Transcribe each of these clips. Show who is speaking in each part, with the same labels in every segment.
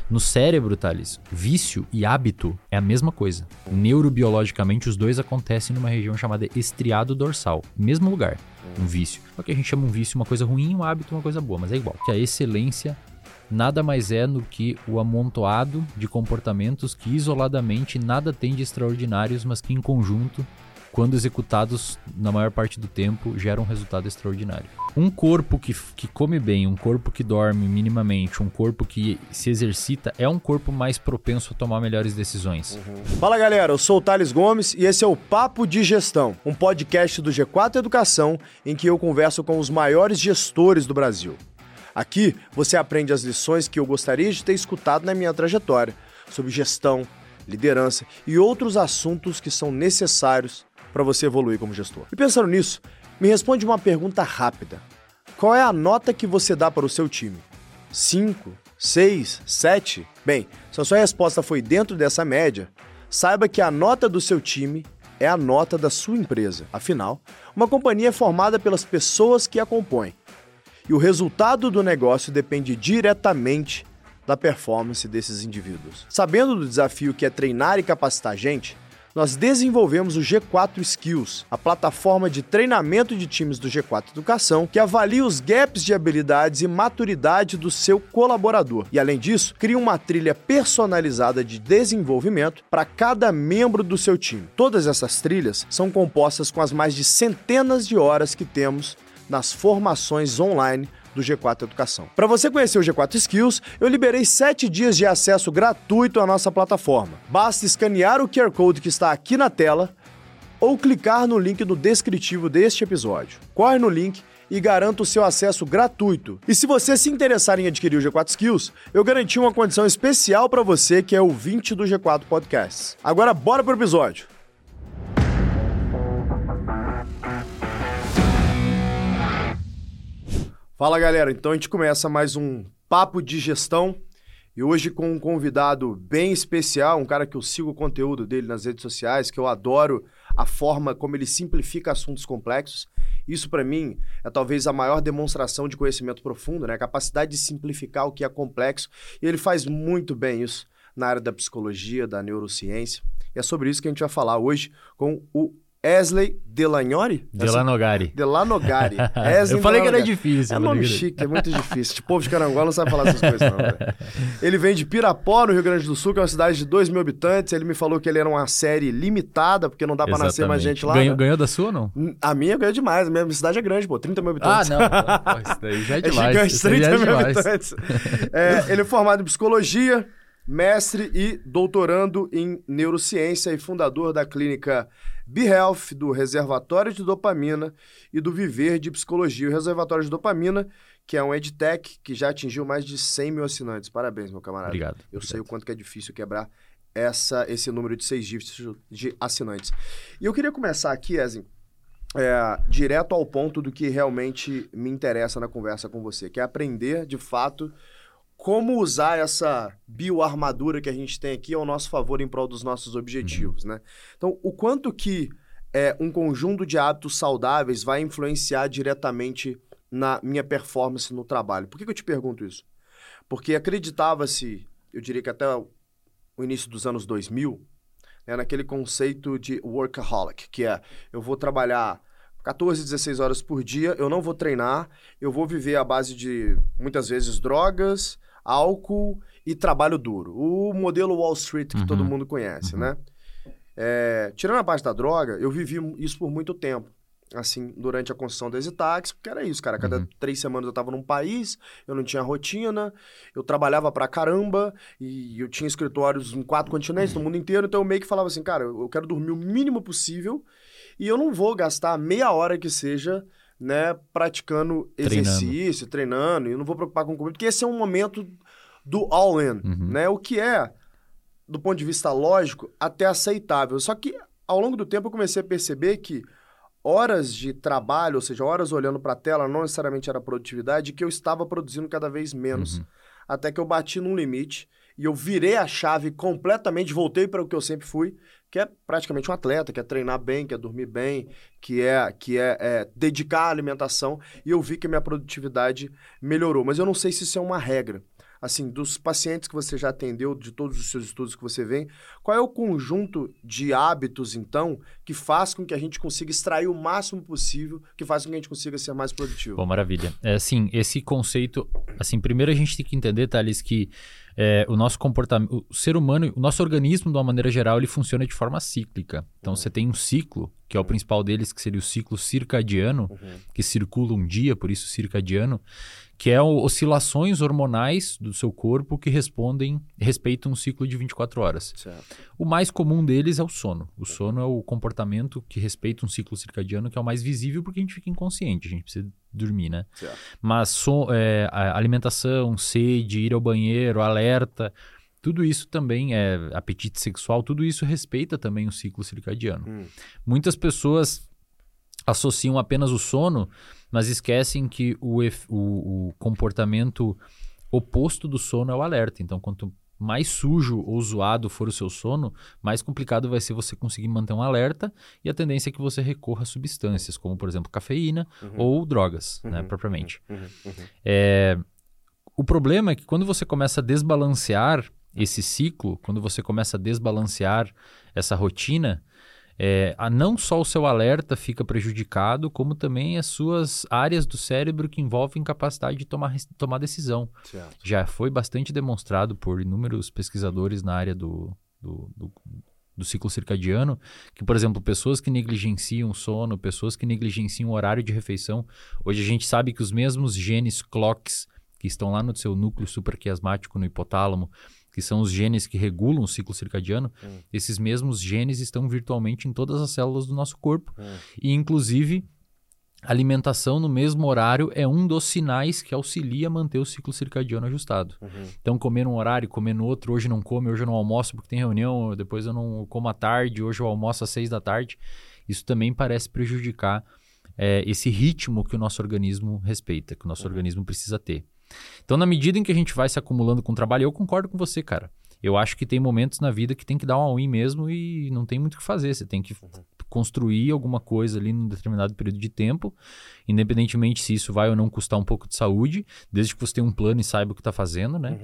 Speaker 1: No cérebro, Thales, vício e hábito é a mesma coisa. Neurobiologicamente, os dois acontecem numa região chamada estriado dorsal. Mesmo lugar, um vício. Só que a gente chama um vício uma coisa ruim, um hábito uma coisa boa, mas é igual. Que a excelência nada mais é do que o amontoado de comportamentos que isoladamente nada tem de extraordinários, mas que em conjunto, quando executados na maior parte do tempo, geram um resultado extraordinário. Um corpo que come bem, um corpo que dorme minimamente, um corpo que se exercita, é um corpo mais propenso a tomar melhores decisões.
Speaker 2: Fala galera, eu sou o Thales Gomes e esse é o Papo de Gestão, um podcast do G4 Educação em que eu converso com os maiores gestores do Brasil. Aqui você aprende as lições que eu gostaria de ter escutado na minha trajetória sobre gestão, liderança e outros assuntos que são necessários para você evoluir como gestor. E pensando nisso, me responde uma pergunta rápida. Qual é a nota que você dá para o seu time? 5, 6, 7? Bem, se a sua resposta foi dentro dessa média, saiba que a nota do seu time é a nota da sua empresa. Afinal, uma companhia é formada pelas pessoas que a compõem. E o resultado do negócio depende diretamente da performance desses indivíduos. Sabendo do desafio que é treinar e capacitar gente, nós desenvolvemos o G4 Skills, a plataforma de treinamento de times do G4 Educação, que avalia os gaps de habilidades e maturidade do seu colaborador. E, além disso, cria uma trilha personalizada de desenvolvimento para cada membro do seu time. Todas essas trilhas são compostas com as mais de centenas de horas que temos nas formações online do G4 Educação. Para você conhecer o G4 Skills, eu liberei 7 dias de acesso gratuito à nossa plataforma. Basta escanear o QR Code que está aqui na tela ou clicar no link no descritivo deste episódio. Corre no link e garanta o seu acesso gratuito. E se você se interessar em adquirir o G4 Skills, eu garanti uma condição especial para você que é ouvinte do G4 Podcasts. Agora bora pro episódio! Fala galera, então a gente começa mais um Papo de Gestão e hoje com um convidado bem especial, um cara que eu sigo o conteúdo dele nas redes sociais, que eu adoro a forma como ele simplifica assuntos complexos. Isso para mim é talvez a maior demonstração de conhecimento profundo, né? A capacidade de simplificar o que é complexo, e ele faz muito bem isso na área da psicologia, da neurociência. E é sobre isso que a gente vai falar hoje com o Wesley Delanogari?
Speaker 1: Delanogari.
Speaker 2: Delanogari.
Speaker 1: Eu falei que era difícil.
Speaker 2: É nome chique, é muito difícil. Tipo, povo de Carangola não sabe falar essas coisas, não. Velho. Ele vem de Pirapó, no Rio Grande do Sul, que é uma cidade de 2.000 habitantes. Ele me falou que ele era uma série limitada, porque não dá pra nascer mais gente lá.
Speaker 1: Ganhou da sua ou não?
Speaker 2: A minha ganhou demais. A minha cidade é grande, pô. 30.000 habitantes.
Speaker 1: Ah, não. Pô, isso daí já é demais.
Speaker 2: É gigante, 30.000 habitantes. Ele é formado em psicologia, mestre e doutorando em neurociência e fundador da clínica BeHealth, do Reservatório de Dopamina e do Viver de Psicologia. O Reservatório de Dopamina, que é um edtech que já atingiu mais de 100 mil assinantes. Parabéns, meu camarada.
Speaker 1: Obrigado.
Speaker 2: Eu sei o quanto que é difícil quebrar esse número de 6 dígitos de assinantes. E eu queria começar aqui, Ezen, direto ao ponto do que realmente me interessa na conversa com você, que é aprender, de fato, como usar essa bioarmadura que a gente tem aqui ao nosso favor em prol dos nossos objetivos, né? Então, o quanto que um conjunto de hábitos saudáveis vai influenciar diretamente na minha performance no trabalho? Por que eu te pergunto isso? Porque acreditava-se, eu diria que até o início dos anos 2000, né, naquele conceito de workaholic, que é, eu vou trabalhar 14, 16 horas por dia, eu não vou treinar, eu vou viver à base de, muitas vezes, drogas, álcool e trabalho duro. O modelo Wall Street que todo mundo conhece, né? Tirando a parte da droga, eu vivi isso por muito tempo. Assim, durante a construção da Exitax, porque era isso, cara. Cada 3 semanas eu tava num país, eu não tinha rotina, eu trabalhava pra caramba e eu tinha escritórios em 4 continentes, no mundo inteiro, então eu meio que falava assim, cara, eu quero dormir o mínimo possível e eu não vou gastar meia hora que seja, né, praticando exercício, treinando, e eu não vou preocupar com comida, porque esse é um momento do all-in, né? O que é, do ponto de vista lógico, até aceitável. Só que, ao longo do tempo, eu comecei a perceber que horas de trabalho, ou seja, horas olhando para a tela, não necessariamente era produtividade, que eu estava produzindo cada vez menos. Até que eu bati num limite e eu virei a chave completamente, voltei para o que eu sempre fui, que é praticamente um atleta, que é treinar bem, que é dormir bem, que é dedicar à alimentação, e eu vi que a minha produtividade melhorou. Mas eu não sei se isso é uma regra. assim, dos pacientes que você já atendeu, de todos os seus estudos que você vê, qual é o conjunto de hábitos, então, que faz com que a gente consiga extrair o máximo possível, que faz com que a gente consiga ser mais produtivo?
Speaker 1: Bom, maravilha. Assim, esse conceito... Assim, primeiro a gente tem que entender, Thales, que o nosso comportamento... O ser humano, o nosso organismo, de uma maneira geral, ele funciona de forma cíclica. Então, você tem um ciclo, que é o principal deles, que seria o ciclo circadiano, que circula um dia, por isso circadiano, que é oscilações hormonais do seu corpo que respeitam um ciclo de 24 horas.
Speaker 2: Certo.
Speaker 1: O mais comum deles é o sono. O sono é o comportamento que respeita um ciclo circadiano, que é o mais visível porque a gente fica inconsciente, a gente precisa dormir, né?
Speaker 2: Certo.
Speaker 1: Mas a alimentação, sede, ir ao banheiro, alerta, tudo isso também apetite sexual, tudo isso respeita também o ciclo circadiano. Muitas pessoas associam apenas o sono, mas esquecem que o comportamento oposto do sono é o alerta. Então, quanto mais sujo ou zoado for o seu sono, mais complicado vai ser você conseguir manter um alerta e a tendência é que você recorra a substâncias, como, por exemplo, cafeína ou drogas, né, propriamente. O problema é que quando você começa a desbalancear esse ciclo, quando você começa a desbalancear essa rotina, não só o seu alerta fica prejudicado, como também as suas áreas do cérebro que envolvem capacidade de tomar decisão.
Speaker 2: Certo.
Speaker 1: Já foi bastante demonstrado por inúmeros pesquisadores na área do ciclo circadiano, que, por exemplo, pessoas que negligenciam o sono, pessoas que negligenciam o horário de refeição, hoje a gente sabe que os mesmos genes clocks que estão lá no seu núcleo supraquiasmático, no hipotálamo, que são os genes que regulam o ciclo circadiano, esses mesmos genes estão virtualmente em todas as células do nosso corpo. E, inclusive, alimentação no mesmo horário é um dos sinais que auxilia a manter o ciclo circadiano ajustado. Então, comer num horário, comer no outro, hoje não come, hoje eu não almoço porque tem reunião, depois eu não como à tarde, hoje eu almoço às 6 da tarde. Isso também parece prejudicar esse ritmo que o nosso organismo respeita, que o nosso organismo precisa ter. Então, na medida em que a gente vai se acumulando com o trabalho, eu concordo com você, cara. Eu acho que tem momentos na vida que tem que dar um all-in mesmo e não tem muito o que fazer. Você tem que construir alguma coisa ali num determinado período de tempo, independentemente se isso vai ou não custar um pouco de saúde, desde que você tenha um plano e saiba o que está fazendo, né?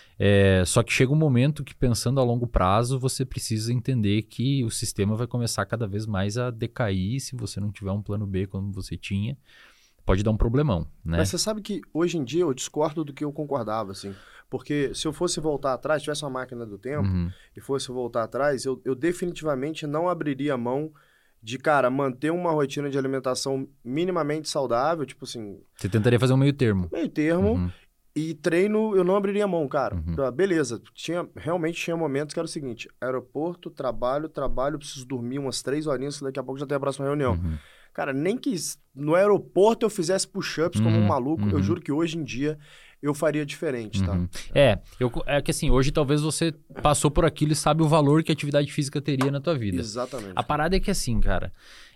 Speaker 1: Só que chega um momento que, pensando a longo prazo, você precisa entender que o sistema vai começar cada vez mais a decair. Se você não tiver um plano B como você tinha, pode dar um problemão, né?
Speaker 2: Mas você sabe que hoje em dia eu discordo do que eu concordava, assim. Porque se eu fosse voltar atrás, tivesse uma máquina do tempo e fosse voltar atrás, eu definitivamente não abriria mão de, cara, manter uma rotina de alimentação minimamente saudável, tipo assim...
Speaker 1: Você tentaria fazer um meio termo.
Speaker 2: Meio termo. E treino, eu não abriria mão, cara. Beleza, realmente tinha momentos que era o seguinte, aeroporto, trabalho, preciso dormir umas 3 horinhas, que daqui a pouco já tem a próxima reunião. Cara, nem que no aeroporto eu fizesse push-ups como um maluco, eu juro que hoje em dia eu faria diferente, tá?
Speaker 1: É que assim, hoje talvez você passou por aquilo e sabe o valor que a atividade física teria na tua vida.
Speaker 2: Exatamente.
Speaker 1: A parada é que assim, cara,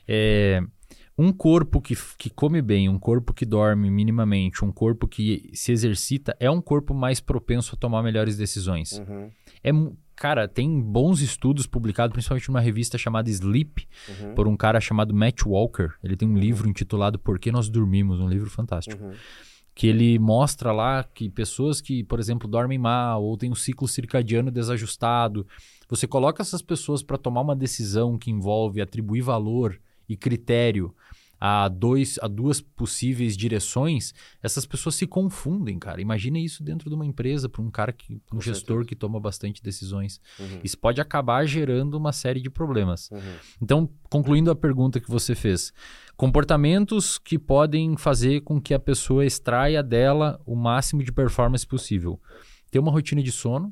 Speaker 1: um corpo que come bem, um corpo que dorme minimamente, um corpo que se exercita, é um corpo mais propenso a tomar melhores decisões. Cara, tem bons estudos publicados, principalmente numa revista chamada Sleep, por um cara chamado Matt Walker. Ele tem um livro intitulado Por que Nós Dormimos, um livro fantástico. Que ele mostra lá que pessoas que, por exemplo, dormem mal ou têm um ciclo circadiano desajustado, você coloca essas pessoas para tomar uma decisão que envolve atribuir valor e critério a duas possíveis direções, essas pessoas se confundem, cara. Imagina isso dentro de uma empresa, para um gestor que toma bastante decisões. Isso pode acabar gerando uma série de problemas. Então, concluindo a pergunta que você fez, comportamentos que podem fazer com que a pessoa extraia dela o máximo de performance possível. Ter uma rotina de sono,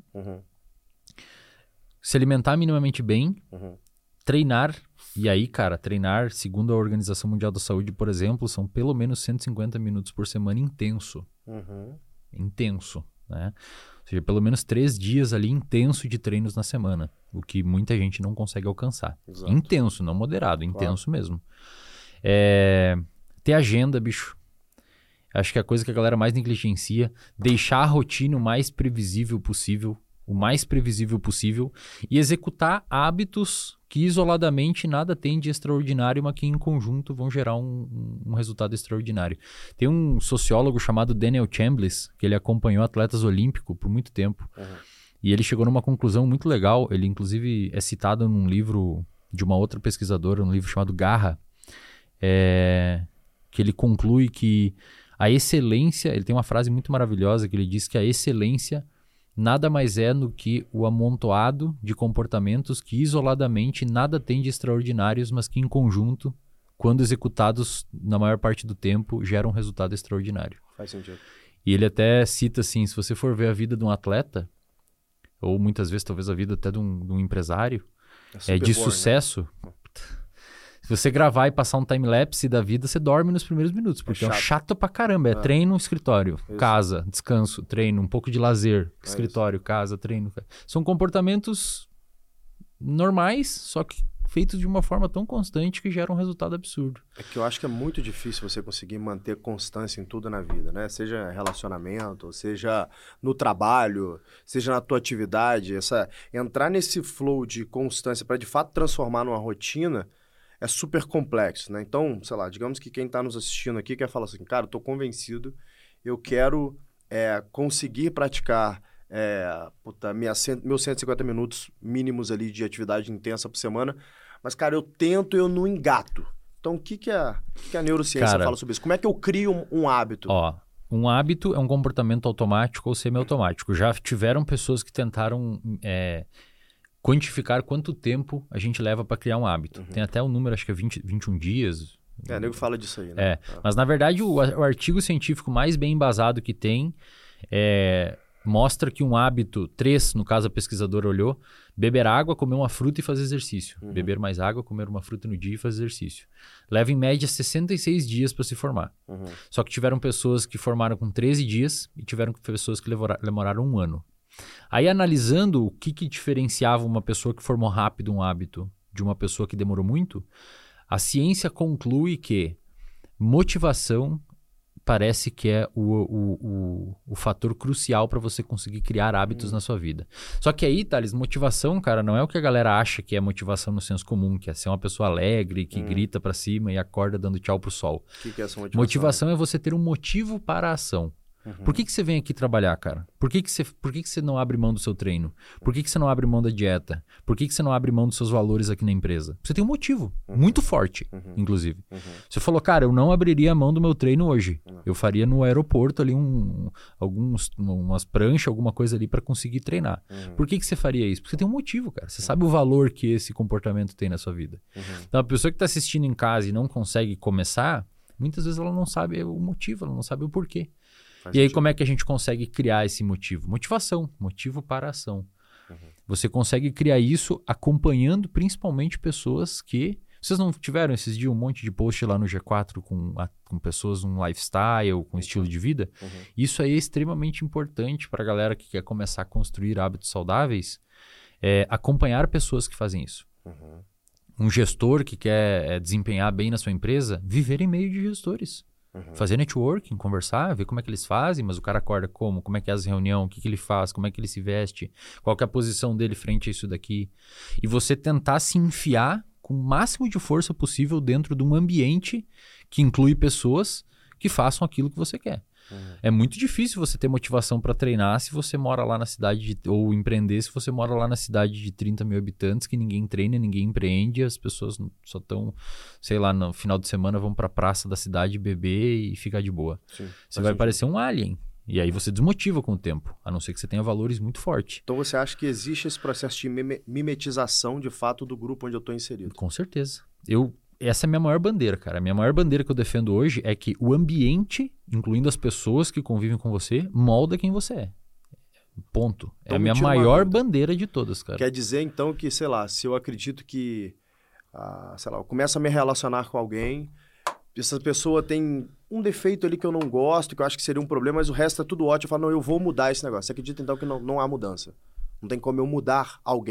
Speaker 1: se alimentar minimamente bem, treinar. E aí, cara, treinar, segundo a Organização Mundial da Saúde, por exemplo, são pelo menos 150 minutos por semana intenso. Intenso, né? Ou seja, pelo menos 3 dias ali intenso de treinos na semana, o que muita gente não consegue alcançar.
Speaker 2: Exato.
Speaker 1: Intenso, não moderado, intenso mesmo. Ter agenda, bicho. Acho que é a coisa que a galera mais negligencia, deixar a rotina o mais previsível possível. o mais previsível possível e executar hábitos que isoladamente nada tem de extraordinário, mas que em conjunto vão gerar um resultado extraordinário. Tem um sociólogo chamado Daniel Chambliss, que ele acompanhou atletas olímpicos por muito tempo, e ele chegou numa conclusão muito legal. Ele inclusive é citado num livro de uma outra pesquisadora, um livro chamado Garra, que ele conclui que a excelência, ele tem uma frase muito maravilhosa que ele diz que a excelência nada mais é do que o amontoado de comportamentos que isoladamente nada tem de extraordinários, mas que em conjunto, quando executados na maior parte do tempo, geram um resultado extraordinário.
Speaker 2: Faz sentido.
Speaker 1: E ele até cita assim, se você for ver a vida de um atleta, ou muitas vezes talvez a vida até de um empresário, de sucesso... Né? Se você gravar e passar um time-lapse da vida, você dorme nos primeiros minutos, porque é chato pra caramba. É treino, escritório, casa, descanso, treino, um pouco de lazer, escritório, casa, treino. São comportamentos normais, só que feitos de uma forma tão constante que geram um resultado absurdo.
Speaker 2: É que eu acho que é muito difícil você conseguir manter constância em tudo na vida, né? Seja relacionamento, seja no trabalho, seja na tua atividade. Entrar nesse flow de constância para de fato transformar numa rotina... é super complexo, né? Então, sei lá, digamos que quem está nos assistindo aqui quer falar assim, cara, eu tô convencido, eu quero conseguir praticar meus 150 minutos mínimos ali de atividade intensa por semana, mas, cara, eu não engato. Então, o que a neurociência fala sobre isso? Como é que eu crio um hábito?
Speaker 1: Um hábito é um comportamento automático ou semiautomático. Já tiveram pessoas que tentaram... quantificar quanto tempo a gente leva para criar um hábito. Tem até um número, acho que é 21 dias.
Speaker 2: O nego fala disso aí, né?
Speaker 1: Mas na verdade o artigo científico mais bem embasado que tem mostra que um hábito, 3, no caso a pesquisadora olhou, beber água, comer uma fruta e fazer exercício. Beber mais água, comer uma fruta no dia e fazer exercício. Leva em média 66 dias para se formar. Só que tiveram pessoas que formaram com 13 dias e tiveram pessoas que demoraram 1 ano. Aí, analisando o que diferenciava uma pessoa que formou rápido um hábito de uma pessoa que demorou muito, a ciência conclui que motivação parece que é o fator crucial para você conseguir criar hábitos na sua vida. Só que aí, Thales, motivação, cara, não é o que a galera acha que é motivação no senso comum, que é ser uma pessoa alegre, que grita para cima e acorda dando tchau pro sol.
Speaker 2: O que é essa motivação?
Speaker 1: Motivação é você ter um motivo para a ação. Por que você vem aqui trabalhar, cara? Por que você não abre mão do seu treino? Por que você não abre mão da dieta? Por que você não abre mão dos seus valores aqui na empresa? Você tem um motivo, muito forte, inclusive. Você falou, cara, eu não abriria a mão do meu treino hoje. Eu faria no aeroporto ali umas pranchas, alguma coisa ali para conseguir treinar. Por que você faria isso? Porque você tem um motivo, cara. Você sabe o valor que esse comportamento tem na sua vida. Então, a pessoa que está assistindo em casa e não consegue começar, muitas vezes ela não sabe o motivo, ela não sabe o porquê. E aí, como é que a gente consegue criar esse motivo? Motivação, motivo para a ação. Você consegue criar isso acompanhando principalmente pessoas que... Vocês não tiveram esses dias um monte de post lá no G4 com pessoas, um lifestyle, com estilo de vida? Isso aí é extremamente importante para a galera que quer começar a construir hábitos saudáveis, acompanhar pessoas que fazem isso. Um gestor que quer desempenhar bem na sua empresa, viver em meio de gestores. Fazer networking, conversar, ver como é que eles fazem, mas o cara acorda como é que é as reuniões, o que ele faz, como é que ele se veste, qual que é a posição dele frente a isso daqui. E você tentar se enfiar com o máximo de força possível dentro de um ambiente que inclui pessoas que façam aquilo que você quer. É muito difícil você ter motivação para treinar se você mora lá na cidade ou empreender se você mora lá na cidade de 30 mil habitantes que ninguém treina, ninguém empreende, as pessoas só estão, sei lá, no final de semana vão para a praça da cidade beber e ficar de boa. Você vai parecer um alien. E aí você desmotiva com o tempo, a não ser que você tenha valores muito fortes.
Speaker 2: Então você acha que existe esse processo de mimetização de fato do grupo onde eu estou inserido?
Speaker 1: Com certeza. Essa é a minha maior bandeira, cara. A minha maior bandeira que eu defendo hoje é que o ambiente, incluindo as pessoas que convivem com você, molda quem você é. Ponto. Então, é a minha maior bandeira de todas, cara.
Speaker 2: Quer dizer, então, que, sei lá, se eu acredito que, sei lá, eu começo a me relacionar com alguém, essa pessoa tem um defeito ali que eu não gosto, que eu acho que seria um problema, mas o resto é tudo ótimo. Eu falo, não, eu vou mudar esse negócio. Você acredita, então, que não há mudança? Não tem como eu mudar alguém?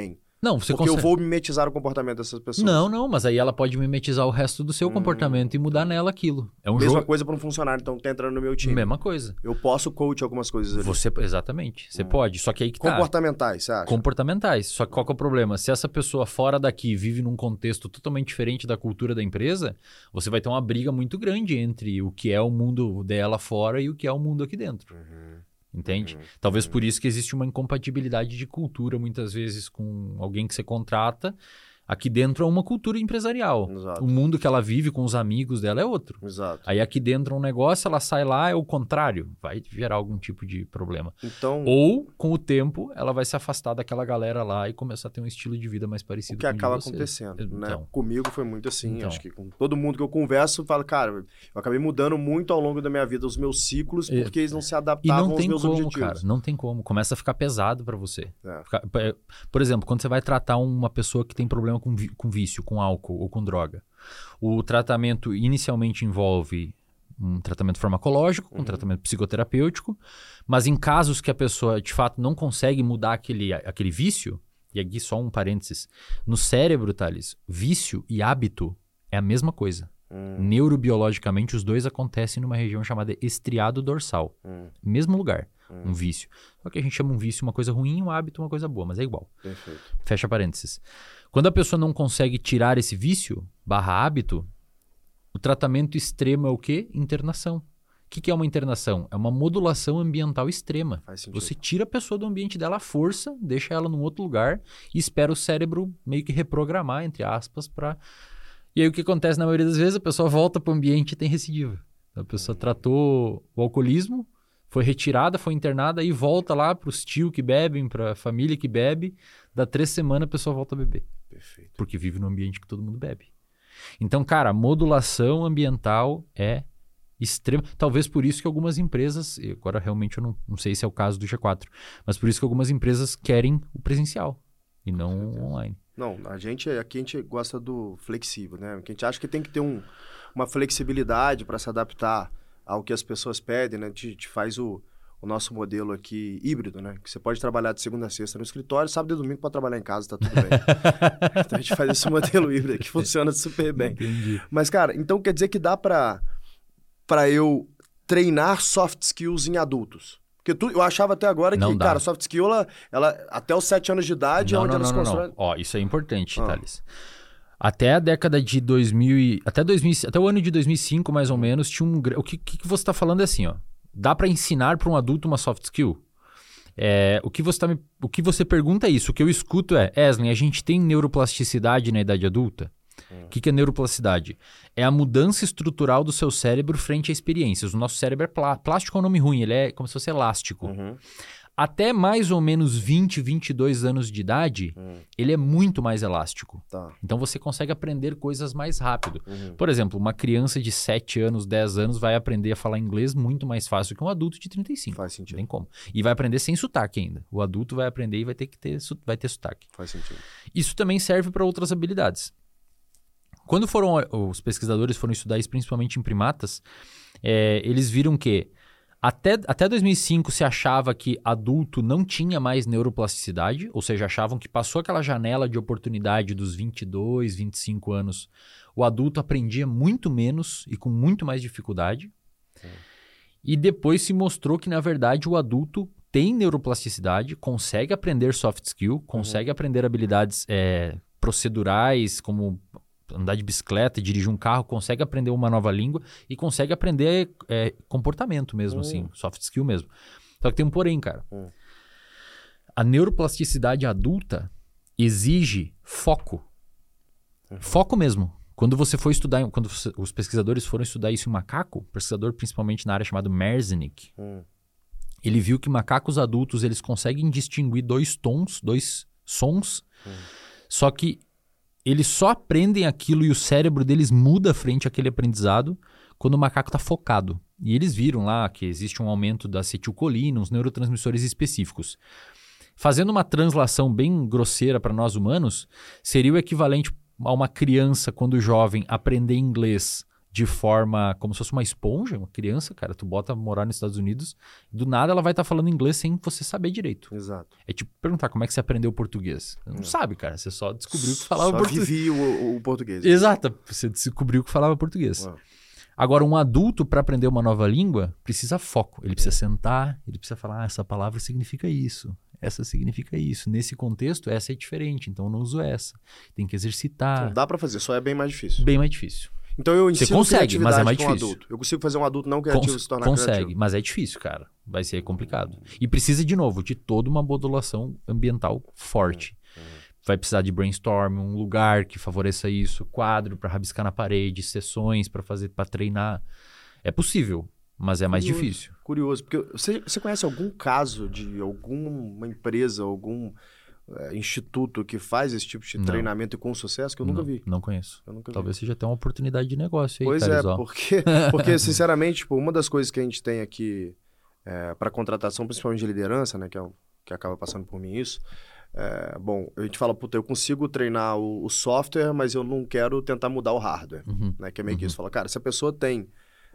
Speaker 1: Não, você
Speaker 2: Porque eu vou mimetizar o comportamento dessas pessoas.
Speaker 1: Não, mas aí ela pode mimetizar o resto do seu comportamento e mudar nela aquilo. É um
Speaker 2: Mesma
Speaker 1: jogo...
Speaker 2: coisa para um funcionário, então, que tá entrando no meu time.
Speaker 1: Mesma coisa.
Speaker 2: Eu posso coach algumas coisas ali.
Speaker 1: Exatamente, você pode. Só que aí que tá.
Speaker 2: Comportamentais, você acha?
Speaker 1: Comportamentais. Só que qual que é o problema? Se essa pessoa fora daqui vive num contexto totalmente diferente da cultura da empresa, você vai ter uma briga muito grande entre o que é o mundo dela fora e o que é o mundo aqui dentro. Entende? Talvez por isso que existe uma incompatibilidade de cultura, muitas vezes, com alguém que você contrata. Aqui dentro é uma cultura empresarial.
Speaker 2: Exato.
Speaker 1: O mundo que ela vive com os amigos dela é outro.
Speaker 2: Exato.
Speaker 1: Aí aqui dentro é um negócio, ela sai lá, é o contrário. Vai gerar algum tipo de problema.
Speaker 2: Então,
Speaker 1: Ou, com o tempo, ela vai se afastar daquela galera lá e começar a ter um estilo de vida mais parecido
Speaker 2: o que
Speaker 1: com o de
Speaker 2: acaba
Speaker 1: vocês.
Speaker 2: acontecendo, né?
Speaker 1: Então.
Speaker 2: Comigo foi muito assim.
Speaker 1: Então.
Speaker 2: Acho que com todo mundo que eu converso, eu falo, cara, eu acabei mudando muito ao longo da minha vida os meus ciclos, porque eles não se
Speaker 1: E
Speaker 2: adaptavam
Speaker 1: não
Speaker 2: aos
Speaker 1: tem
Speaker 2: meus
Speaker 1: como,
Speaker 2: objetivos.
Speaker 1: cara. Não tem como. Começa a ficar pesado pra você.
Speaker 2: É.
Speaker 1: Por exemplo, quando você vai tratar uma pessoa que tem problema com vício, com álcool ou com droga, o tratamento inicialmente envolve um tratamento farmacológico, um tratamento psicoterapêutico, mas em casos que a pessoa de fato não consegue mudar aquele vício, e aqui só um parênteses, no cérebro, Thales, vício e hábito é a mesma coisa. Neurobiologicamente, os dois acontecem numa região chamada estriado dorsal. Mesmo lugar, um vício. Só que a gente chama um vício uma coisa ruim, um hábito uma coisa boa, mas é igual.
Speaker 2: Perfeito.
Speaker 1: Fecha parênteses. Quando a pessoa não consegue tirar esse vício, /hábito, o tratamento extremo é o quê? Internação. O que é uma internação? É uma modulação ambiental extrema.
Speaker 2: Faz sentido.
Speaker 1: Você tira a pessoa do ambiente dela à força, deixa ela num outro lugar e espera o cérebro meio que reprogramar, entre aspas, para... E aí o que acontece na maioria das vezes? A pessoa volta para o ambiente e tem recidiva. A pessoa tratou o alcoolismo, foi retirada, foi internada e volta lá para os tios que bebem, para a família que bebe. Dá 3 semanas a pessoa volta a beber.
Speaker 2: Perfeito.
Speaker 1: Porque vive num ambiente que todo mundo bebe. Então, cara, a modulação ambiental é extrema. Talvez por isso que algumas empresas, agora realmente eu não sei se é o caso do G4, mas por isso que algumas empresas querem o presencial e não online.
Speaker 2: Não, aqui a gente gosta do flexível, né? Que a gente acha que tem que ter uma flexibilidade para se adaptar ao que as pessoas pedem, né? A gente faz o nosso modelo aqui híbrido, né? Que você pode trabalhar de segunda a sexta no escritório, sábado e domingo pode trabalhar em casa, tá tudo bem. Então a gente faz esse modelo híbrido que funciona super bem.
Speaker 1: Entendi.
Speaker 2: Mas, cara, então quer dizer que dá para eu treinar soft skills em adultos? Porque eu achava até agora
Speaker 1: Não
Speaker 2: que,
Speaker 1: dá.
Speaker 2: cara, soft skill, ela até os 7 anos de idade é onde ela se constrói.
Speaker 1: Ó, isso é importante, Thales. Até a década de 2000 até o ano de 2005, mais ou menos, tinha o que você está falando é assim, ó. Dá para ensinar para um adulto uma soft skill? O que você pergunta é isso. O que eu escuto é, Eslen, a gente tem neuroplasticidade na idade adulta? O que é neuroplasticidade? É a mudança estrutural do seu cérebro frente a experiências. O nosso cérebro é plástico, é um nome ruim, ele é como se fosse elástico. Até mais ou menos 20, 22 anos de idade, ele é muito mais elástico.
Speaker 2: Tá.
Speaker 1: Então você consegue aprender coisas mais rápido. Por exemplo, uma criança de 7 anos, 10 anos vai aprender a falar inglês muito mais fácil que um adulto de 35.
Speaker 2: Faz sentido.
Speaker 1: Não tem como. E vai aprender sem sotaque ainda. O adulto vai aprender e vai ter sotaque.
Speaker 2: Faz sentido.
Speaker 1: Isso também serve para outras habilidades. Quando os pesquisadores foram estudar isso, principalmente em primatas, eles viram que até 2005 se achava que adulto não tinha mais neuroplasticidade, ou seja, achavam que passou aquela janela de oportunidade dos 22, 25 anos, o adulto aprendia muito menos e com muito mais dificuldade. E depois se mostrou que, na verdade, o adulto tem neuroplasticidade, consegue aprender soft skill, consegue aprender habilidades procedurais, como andar de bicicleta, dirigir um carro, consegue aprender uma nova língua e consegue aprender comportamento mesmo, assim, soft skill mesmo. Só que tem um porém, cara. A neuroplasticidade adulta exige foco. Foco mesmo. Quando você for estudar, os pesquisadores foram estudar isso em macaco, pesquisador principalmente na área chamada Merzenich, ele viu que macacos adultos eles conseguem distinguir 2 tons, 2 sons, só que eles só aprendem aquilo e o cérebro deles muda frente àquele aprendizado quando o macaco está focado. E eles viram lá que existe um aumento da acetilcolina, uns neurotransmissores específicos. Fazendo uma translação bem grosseira para nós humanos, seria o equivalente a uma criança, quando jovem, aprender inglês de forma como se fosse uma esponja, uma criança, cara. Tu bota morar nos Estados Unidos, do nada ela vai estar falando inglês sem você saber direito.
Speaker 2: Exato.
Speaker 1: É tipo perguntar como é que você aprendeu português. Você não sabe, cara. Você só descobriu que falava português.
Speaker 2: Só vivi o português.
Speaker 1: Exato. Você descobriu que falava português.
Speaker 2: Uau.
Speaker 1: Agora, um adulto, para aprender uma nova língua, precisa foco. Ele precisa sentar, ele precisa falar, essa palavra significa isso, essa significa isso. Nesse contexto, essa é diferente, então eu não uso essa. Tem que exercitar.
Speaker 2: Então, dá pra fazer, só é bem mais difícil.
Speaker 1: Bem mais difícil.
Speaker 2: Então eu ensino
Speaker 1: Você consegue, mas é mais
Speaker 2: pra um
Speaker 1: difícil.
Speaker 2: adulto. Eu consigo fazer um adulto não criativo se tornar
Speaker 1: Consegue,
Speaker 2: criativo.
Speaker 1: mas é difícil, cara. Vai ser complicado. E precisa, de novo, de toda uma modulação ambiental forte. Vai precisar de brainstorm, um lugar que favoreça isso, quadro para rabiscar na parede, sessões para fazer, para treinar. É possível, mas é mais difícil.
Speaker 2: Curioso, porque você conhece algum caso de alguma empresa, algum instituto que faz esse tipo de treinamento e com sucesso que eu nunca vi?
Speaker 1: Não conheço.
Speaker 2: Eu nunca
Speaker 1: Talvez seja até uma oportunidade de negócio aí,
Speaker 2: Pois
Speaker 1: Carizó.
Speaker 2: porque sinceramente, tipo, uma das coisas que a gente tem aqui para contratação, principalmente de liderança, né, que acaba passando por mim isso, bom, a gente fala, puta, eu consigo treinar o software, mas eu não quero tentar mudar o hardware, né? Que é meio que isso. Fala, cara, se a pessoa tem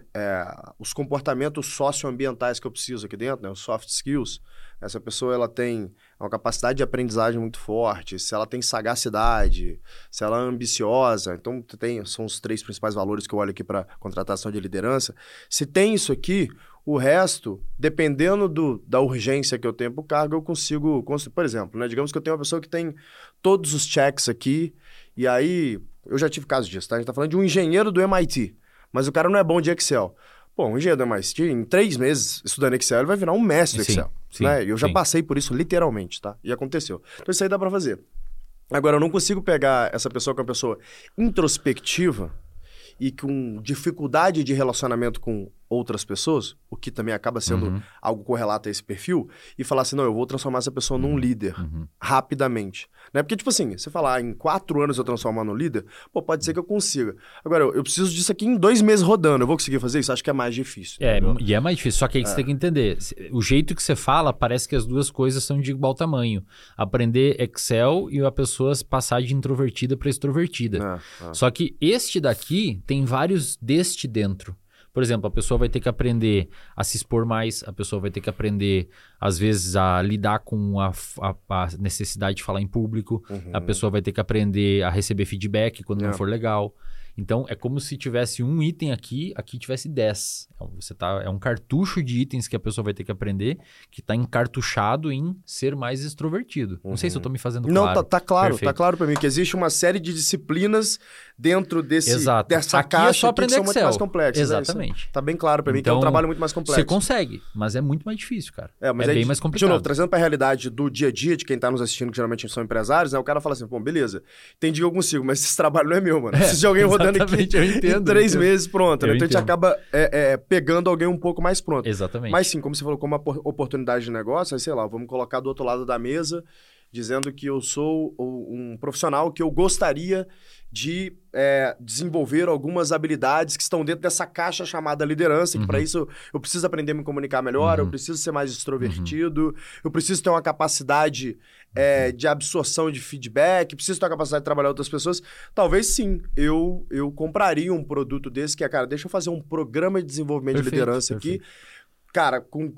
Speaker 2: os comportamentos socioambientais que eu preciso aqui dentro, né? Os soft skills, essa pessoa ela tem uma capacidade de aprendizagem muito forte, se ela tem sagacidade, se ela é ambiciosa, então são os 3 principais valores que eu olho aqui para contratação de liderança. Se tem isso aqui, o resto, dependendo da urgência que eu tenho para o cargo, eu consigo construir. Por exemplo, né? Digamos que eu tenho uma pessoa que tem todos os checks aqui, e aí, eu já tive caso disso, tá? A gente está falando de um engenheiro do MIT, mas o cara não é bom de Excel. Pô, um engenheiro do MIT, em 3 meses estudando Excel, ele vai virar um mestre do Excel.
Speaker 1: Sim,
Speaker 2: né? Eu já passei por isso literalmente, tá? E aconteceu. Então isso aí dá para fazer. Agora, eu não consigo pegar essa pessoa que é uma pessoa introspectiva e com dificuldade de relacionamento com outras pessoas, o que também acaba sendo algo correlato a esse perfil, e falar assim, não, eu vou transformar essa pessoa num líder rapidamente. Né? Porque, tipo assim, você falar, em 4 anos eu transformar num líder, pô, pode ser que eu consiga. Agora, eu preciso disso aqui em 2 meses rodando, eu vou conseguir fazer isso? Acho que é mais difícil.
Speaker 1: E é mais difícil, só que aí você tem que entender, o jeito que você fala, parece que as duas coisas são de igual tamanho. Aprender Excel e a pessoa passar de introvertida para extrovertida. Só que este daqui tem vários deste dentro. Por exemplo, a pessoa vai ter que aprender a se expor mais, a pessoa vai ter que aprender, às vezes, a lidar com a necessidade de falar em público, a pessoa vai ter que aprender a receber feedback quando não for legal. Então, é como se tivesse um item aqui tivesse 10. É um cartucho de itens que a pessoa vai ter que aprender, que está encartuchado em ser mais extrovertido. Não sei se eu estou me fazendo claro.
Speaker 2: Não, tá claro.
Speaker 1: Perfeito.
Speaker 2: Tá claro para mim que existe uma série de disciplinas dentro dessa
Speaker 1: Aqui
Speaker 2: caixa
Speaker 1: é só aprender
Speaker 2: que são
Speaker 1: Excel.
Speaker 2: muito mais complexas.
Speaker 1: Exatamente.
Speaker 2: Tá bem claro para mim que é um trabalho muito mais complexo.
Speaker 1: Você consegue, mas é muito mais difícil, cara.
Speaker 2: Mas
Speaker 1: bem mais complicado.
Speaker 2: De novo, trazendo para a realidade do dia a dia de quem está nos assistindo, que geralmente são empresários, né? O cara fala assim, pô, beleza, entendi que eu consigo, mas esse trabalho não é meu, mano. Preciso de alguém rodando aqui em 3 meses, pronto. Né? Então a gente acaba pegando alguém um pouco mais pronto.
Speaker 1: Exatamente.
Speaker 2: Mas sim, como você falou, como uma oportunidade de negócio, aí sei lá, vamos colocar do outro lado da mesa, dizendo que eu sou um profissional que eu gostaria de desenvolver algumas habilidades que estão dentro dessa caixa chamada liderança, que para isso eu preciso aprender a me comunicar melhor, eu preciso ser mais extrovertido, eu preciso ter uma capacidade de absorção de feedback, preciso ter uma capacidade de trabalhar outras pessoas. Talvez sim, eu compraria um produto desse que cara, deixa eu fazer um programa de desenvolvimento de liderança aqui, cara, com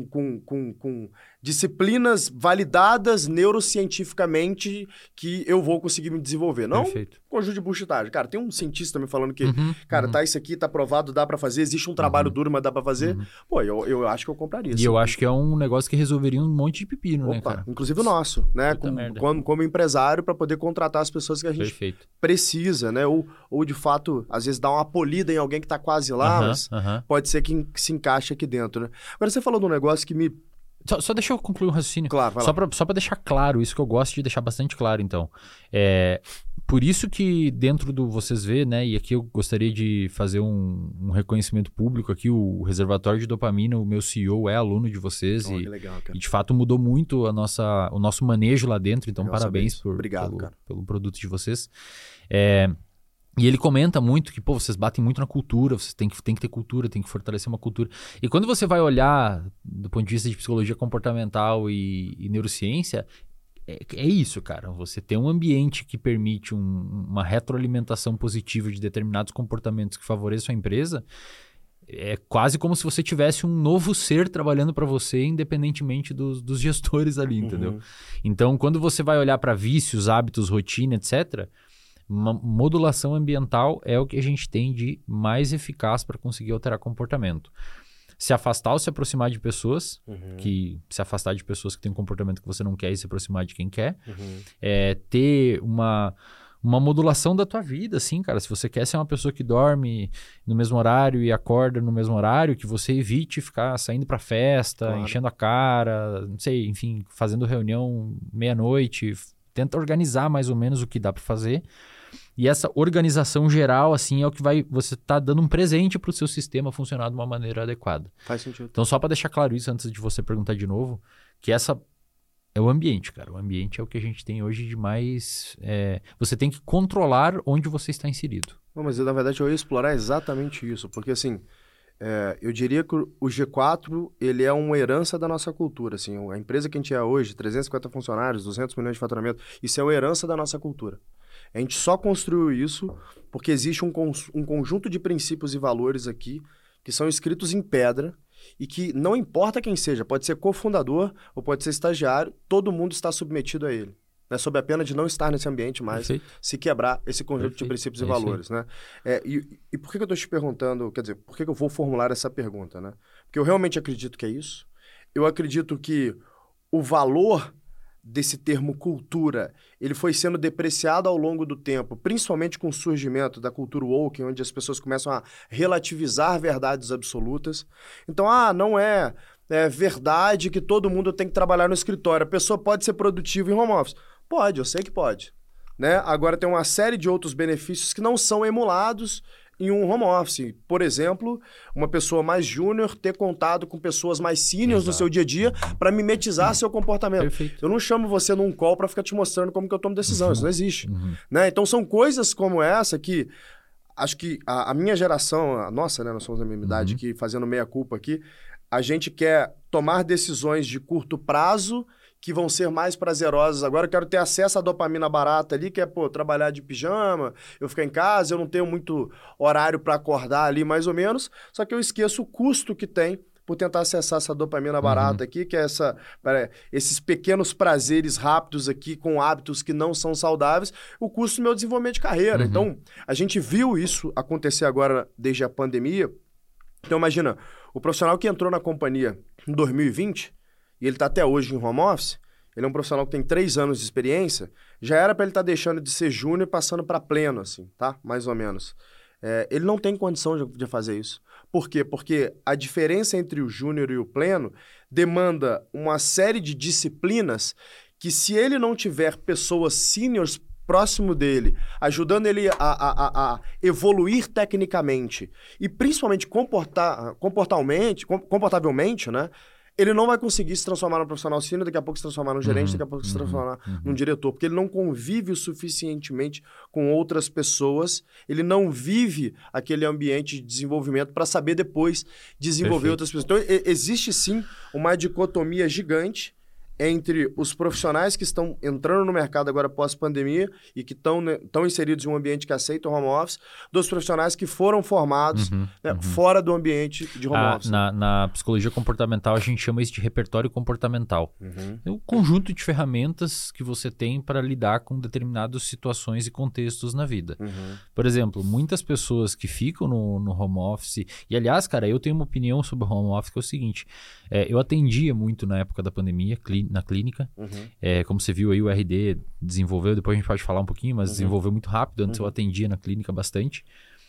Speaker 2: disciplinas validadas neurocientificamente que eu vou conseguir me desenvolver. Não conjunto de buchitagem. Cara, tem um cientista me falando que, tá isso aqui, tá provado, dá pra fazer, existe um trabalho duro, mas dá pra fazer. Pô, eu acho que eu compraria.
Speaker 1: E eu acho que é um negócio que resolveria um monte de pepino, né, cara?
Speaker 2: Inclusive o nosso, né? Como empresário, pra poder contratar as pessoas que a gente precisa, né? Ou de fato, às vezes dá uma polida em alguém que tá quase lá, mas pode ser que se encaixe aqui dentro, né? Agora, você falou de um negócio que me...
Speaker 1: Só deixa eu concluir um raciocínio.
Speaker 2: Claro, vai lá.
Speaker 1: Só pra deixar claro, isso que eu gosto de deixar bastante claro, então. Por isso que dentro do Vocês Vê, né, e aqui eu gostaria de fazer um reconhecimento público aqui, o Reservatório de Dopamina, o meu CEO é aluno de vocês
Speaker 2: que legal, cara.
Speaker 1: E de fato mudou muito o nosso manejo lá dentro, então legal, parabéns pelo produto de vocês. E ele comenta muito que, vocês batem muito na cultura, vocês têm que ter cultura, tem que fortalecer uma cultura. E quando você vai olhar do ponto de vista de psicologia comportamental e neurociência, é isso, cara. Você ter um ambiente que permite uma retroalimentação positiva de determinados comportamentos que favoreçam a empresa, é quase como se você tivesse um novo ser trabalhando para você, independentemente dos gestores ali, entendeu? Então, quando você vai olhar para vícios, hábitos, rotina, etc., uma modulação ambiental é o que a gente tem de mais eficaz para conseguir alterar comportamento. Se afastar ou se aproximar de pessoas, se afastar de pessoas que têm um comportamento que você não quer e se aproximar de quem quer. Ter uma modulação da tua vida, assim, cara. Se você quer ser uma pessoa que dorme no mesmo horário e acorda no mesmo horário, que você evite ficar saindo pra festa, enchendo a cara, não sei, enfim, fazendo reunião meia-noite. Tenta organizar mais ou menos o que dá pra fazer. E essa organização geral, assim, é o que você tá dando um presente pro seu sistema funcionar de uma maneira adequada.
Speaker 2: Faz sentido.
Speaker 1: Então, só para deixar claro isso, antes de você perguntar de novo, que essa é o ambiente, cara. O ambiente é o que a gente tem hoje de mais... você tem que controlar onde você está inserido.
Speaker 2: Não, mas na verdade eu ia explorar exatamente isso, porque assim, eu diria que o G4, ele é uma herança da nossa cultura, assim, a empresa que a gente é hoje, 350 funcionários, 200 milhões de faturamento, isso é uma herança da nossa cultura. A gente só construiu isso porque existe um conjunto de princípios e valores aqui que são escritos em pedra e que não importa quem seja, pode ser cofundador ou pode ser estagiário, todo mundo está submetido a ele. Né, sob a pena de não estar nesse ambiente mais, se quebrar esse conjunto de princípios e valores. Né? E por que eu estou te perguntando, quer dizer, por que eu vou formular essa pergunta? Né? Porque eu realmente acredito que é isso. Eu acredito que o valor desse termo cultura, ele foi sendo depreciado ao longo do tempo, principalmente com o surgimento da cultura woke, onde as pessoas começam a relativizar verdades absolutas. Então, não é verdade que todo mundo tem que trabalhar no escritório. A pessoa pode ser produtiva em home office. Pode, eu sei que pode. Né? Agora, tem uma série de outros benefícios que não são emulados em um home office. Por exemplo, uma pessoa mais júnior ter contato com pessoas mais seniors no seu dia a dia para mimetizar seu comportamento.
Speaker 1: Perfeito.
Speaker 2: Eu não chamo você num call para ficar te mostrando como que eu tomo decisão. Isso não existe. Né? Então, são coisas como essa que acho que a minha geração, a nossa, né? Nós somos da mesma idade aqui, fazendo meia-culpa aqui, a gente quer tomar decisões de curto prazo que vão ser mais prazerosas. Agora eu quero ter acesso à dopamina barata ali, que é, trabalhar de pijama, eu ficar em casa, eu não tenho muito horário para acordar ali, mais ou menos, só que eu esqueço o custo que tem por tentar acessar essa dopamina barata aqui, que é esses pequenos prazeres rápidos aqui, com hábitos que não são saudáveis, o custo do meu desenvolvimento de carreira. Então, a gente viu isso acontecer agora desde a pandemia. Então, imagina, o profissional que entrou na companhia em 2020, e ele está até hoje em home office, ele é um profissional que tem 3 anos de experiência, já era para ele estar deixando de ser júnior e passando para pleno, assim, tá? Mais ou menos. Ele não tem condição de fazer isso. Por quê? Porque a diferença entre o júnior e o pleno demanda uma série de disciplinas que, se ele não tiver pessoas seniors próximo dele, ajudando ele a evoluir tecnicamente e principalmente comportavelmente, né? Ele não vai conseguir se transformar num profissional sênior, daqui a pouco se transformar num gerente, daqui a pouco se transformar num diretor, porque ele não convive o suficientemente com outras pessoas, ele não vive aquele ambiente de desenvolvimento para saber depois desenvolver outras pessoas. Então, existe sim uma dicotomia gigante entre os profissionais que estão entrando no mercado agora pós-pandemia e que estão inseridos em um ambiente que aceita o home office, dos profissionais que foram formados fora do ambiente de home office.
Speaker 1: Na psicologia comportamental, a gente chama isso de repertório comportamental. É um conjunto de ferramentas que você tem para lidar com determinadas situações e contextos na vida. Por exemplo, muitas pessoas que ficam no home office... E, aliás, cara, eu tenho uma opinião sobre o home office que é o seguinte. Eu atendia muito na época da pandemia, na clínica. Como você viu aí, o RD desenvolveu, depois a gente pode falar um pouquinho, mas desenvolveu muito rápido. Antes eu atendia na clínica bastante.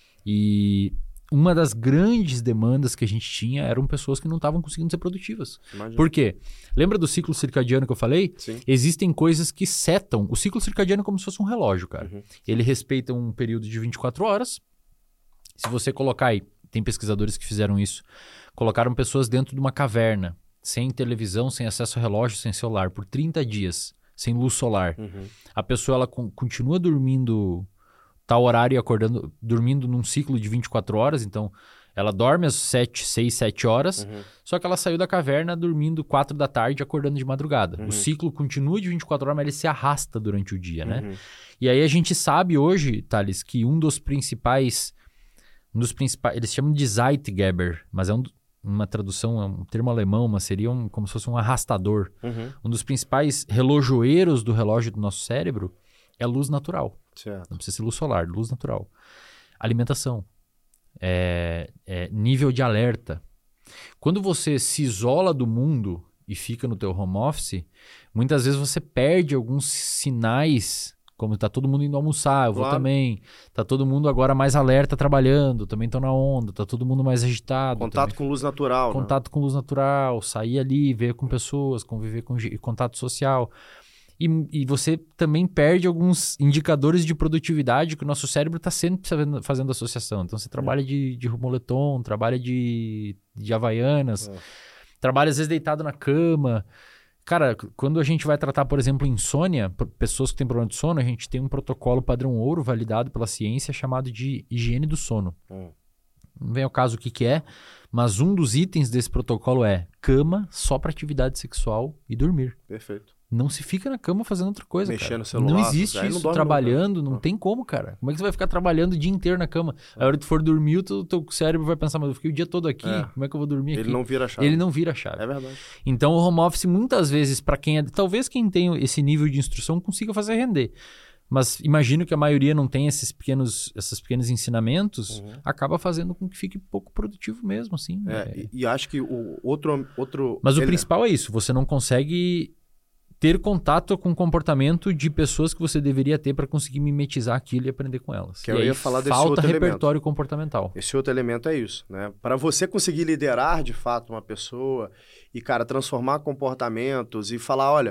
Speaker 1: E uma das grandes demandas que a gente tinha eram pessoas que não estavam conseguindo ser produtivas. Imagina. Por quê? Lembra do ciclo circadiano que eu falei?
Speaker 2: Sim.
Speaker 1: Existem coisas que setam. O ciclo circadiano é como se fosse um relógio, cara. Ele respeita um período de 24 horas. Se você colocar aí, tem pesquisadores que fizeram isso, colocaram pessoas dentro de uma caverna, sem televisão, sem acesso a relógio, sem celular, por 30 dias, sem luz solar. A pessoa ela continua dormindo tal horário e acordando, dormindo num ciclo de 24 horas, então Ela dorme às 6, 7 horas, só que ela saiu da caverna dormindo 4 da tarde, acordando de madrugada. O ciclo continua de 24 horas, mas ele se arrasta durante o dia, né? E aí a gente sabe hoje, Thales, que um dos principais, eles chamam de Zeitgeber, mas é uma tradução, é um termo alemão, mas seria como se fosse um arrastador. Um dos principais relojoeiros do relógio do nosso cérebro é a luz natural.
Speaker 2: Certo.
Speaker 1: Não precisa ser luz solar, luz natural. Alimentação. Nível de alerta. Quando você se isola do mundo e fica no teu home office, muitas vezes você perde alguns sinais, como tá todo mundo indo almoçar, eu vou também. Tá todo mundo agora mais alerta trabalhando, também tô na onda, tá todo mundo mais agitado.
Speaker 2: Contato com luz natural.
Speaker 1: Contato com luz natural, sair ali, ver com pessoas, conviver com contato social. E você também perde alguns indicadores de produtividade que o nosso cérebro está sempre fazendo associação. Então, você trabalha de moletom, trabalha de Havaianas, trabalha às vezes deitado na cama. Cara, quando a gente vai tratar, por exemplo, insônia, pessoas que têm problema de sono, a gente tem um protocolo padrão ouro validado pela ciência chamado de higiene do sono. Não vem ao caso o que é, mas um dos itens desse protocolo é cama só para atividade sexual e dormir.
Speaker 2: Perfeito.
Speaker 1: Não se fica na cama fazendo outra coisa,
Speaker 2: mexendo
Speaker 1: cara.
Speaker 2: no celular.
Speaker 1: Não existe isso, trabalhando, não tem como, cara. Como é que você vai ficar trabalhando o dia inteiro na cama? A hora que tu for dormir, o teu cérebro vai pensar, mas eu fiquei o dia todo aqui, como é que eu vou dormir aqui?
Speaker 2: Ele não vira a chave.
Speaker 1: Ele não vira a chave.
Speaker 2: É verdade.
Speaker 1: Então, o home office, muitas vezes, para quem talvez quem tem esse nível de instrução consiga fazer render. Mas imagino que a maioria não tem esses pequenos ensinamentos, acaba fazendo com que fique pouco produtivo mesmo, assim.
Speaker 2: E acho que o outro...
Speaker 1: Mas o principal é isso, você não consegue ter contato com o comportamento de pessoas que você deveria ter para conseguir mimetizar aquilo e aprender com elas.
Speaker 2: Que eu ia falar desse
Speaker 1: falta
Speaker 2: outro
Speaker 1: repertório comportamental.
Speaker 2: Esse outro elemento é isso, né? Para você conseguir liderar de fato uma pessoa e, cara, transformar comportamentos e falar, olha,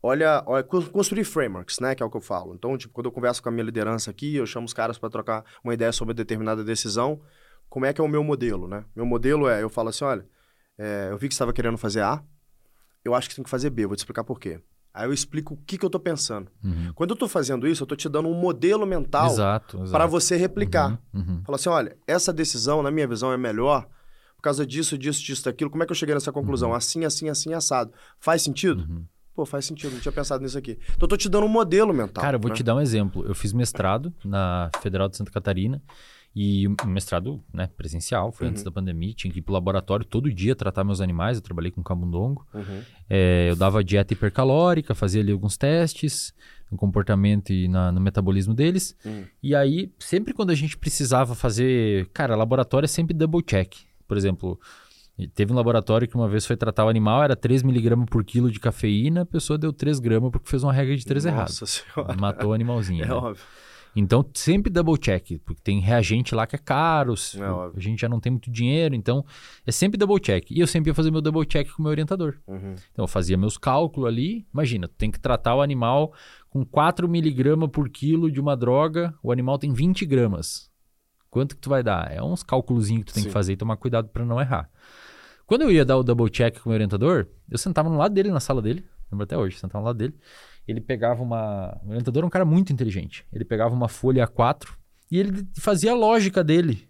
Speaker 2: construir frameworks, né? Que é o que eu falo. Então, tipo, quando eu converso com a minha liderança aqui, eu chamo os caras para trocar uma ideia sobre determinada decisão. Como é que é o meu modelo, né? Meu modelo eu falo assim, olha, eu vi que você estava querendo fazer A, eu acho que você tem que fazer B, vou te explicar por quê. Aí eu explico o que eu tô pensando. Quando eu tô fazendo isso, eu tô te dando um modelo mental para você replicar. Fala assim, olha, essa decisão, na minha visão, é melhor por causa disso, daquilo. Como é que eu cheguei nessa conclusão? Assim, assado. Faz sentido? Pô, faz sentido, não tinha pensado nisso aqui. Então eu tô te dando um modelo mental.
Speaker 1: Cara, eu vou te dar um exemplo. Eu fiz mestrado na Federal de Santa Catarina. E o mestrado, né, presencial, foi antes da pandemia, tinha que ir pro laboratório todo dia tratar meus animais, eu trabalhei com camundongo. Eu dava dieta hipercalórica, fazia ali alguns testes no comportamento e no metabolismo deles. E aí, sempre quando a gente precisava fazer... Cara, laboratório é sempre double check. Por exemplo, teve um laboratório que uma vez foi tratar o animal, era 3 mg por quilo de cafeína, a pessoa deu 3 gramas porque fez uma regra de 3 errado.
Speaker 2: Nossa Senhora.
Speaker 1: Matou o animalzinho.
Speaker 2: É
Speaker 1: né?
Speaker 2: óbvio.
Speaker 1: Então, sempre double check, porque tem reagente lá que é caro,
Speaker 2: óbvio.
Speaker 1: A gente já não tem muito dinheiro, então é sempre double check. E eu sempre ia fazer meu double check com o meu orientador. Então, eu fazia meus cálculos ali. Imagina, tu tem que tratar o animal com 4 mg por quilo de uma droga, o animal tem 20 gramas. Quanto que tu vai dar? É uns cálculozinhos que tu tem que fazer e tomar cuidado para não errar. Quando eu ia dar o double check com o meu orientador, eu sentava no lado dele, na sala dele, lembro até hoje, sentava no lado dele. Ele pegava O orientador é um cara muito inteligente. Ele pegava uma folha A4 e ele fazia a lógica dele.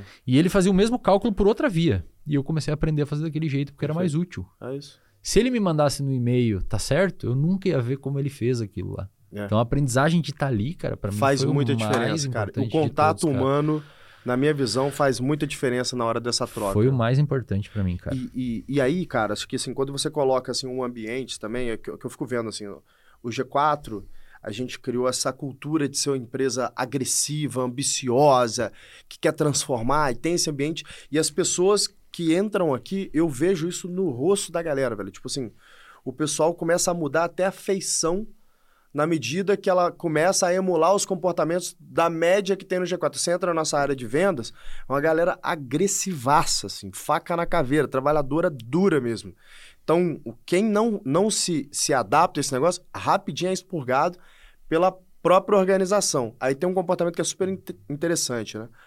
Speaker 1: E ele fazia o mesmo cálculo por outra via. E eu comecei a aprender a fazer daquele jeito, porque era mais útil.
Speaker 2: É isso.
Speaker 1: Se ele me mandasse no e-mail, tá certo? Eu nunca ia ver como ele fez aquilo lá. Então a aprendizagem de estar ali, cara, pra mim
Speaker 2: faz
Speaker 1: foi
Speaker 2: muita
Speaker 1: o mais
Speaker 2: diferença, cara. O
Speaker 1: importante
Speaker 2: contato
Speaker 1: de todos,
Speaker 2: humano, na minha visão, faz muita diferença na hora dessa troca.
Speaker 1: Foi o mais importante pra mim, cara.
Speaker 2: E aí, cara, acho que assim, quando você coloca assim, um ambiente também, que eu fico vendo assim, o G4, a gente criou essa cultura de ser uma empresa agressiva, ambiciosa, que quer transformar e tem esse ambiente. E as pessoas que entram aqui, eu vejo isso no rosto da galera, velho. Tipo assim, o pessoal começa a mudar até a feição na medida que ela começa a emular os comportamentos da média que tem no G4. Você entra na nossa área de vendas, uma galera agressivaça, assim, faca na caveira, trabalhadora dura mesmo. Então, quem não se adapta a esse negócio, rapidinho é expurgado pela própria organização. Aí tem um comportamento que é super interessante, né?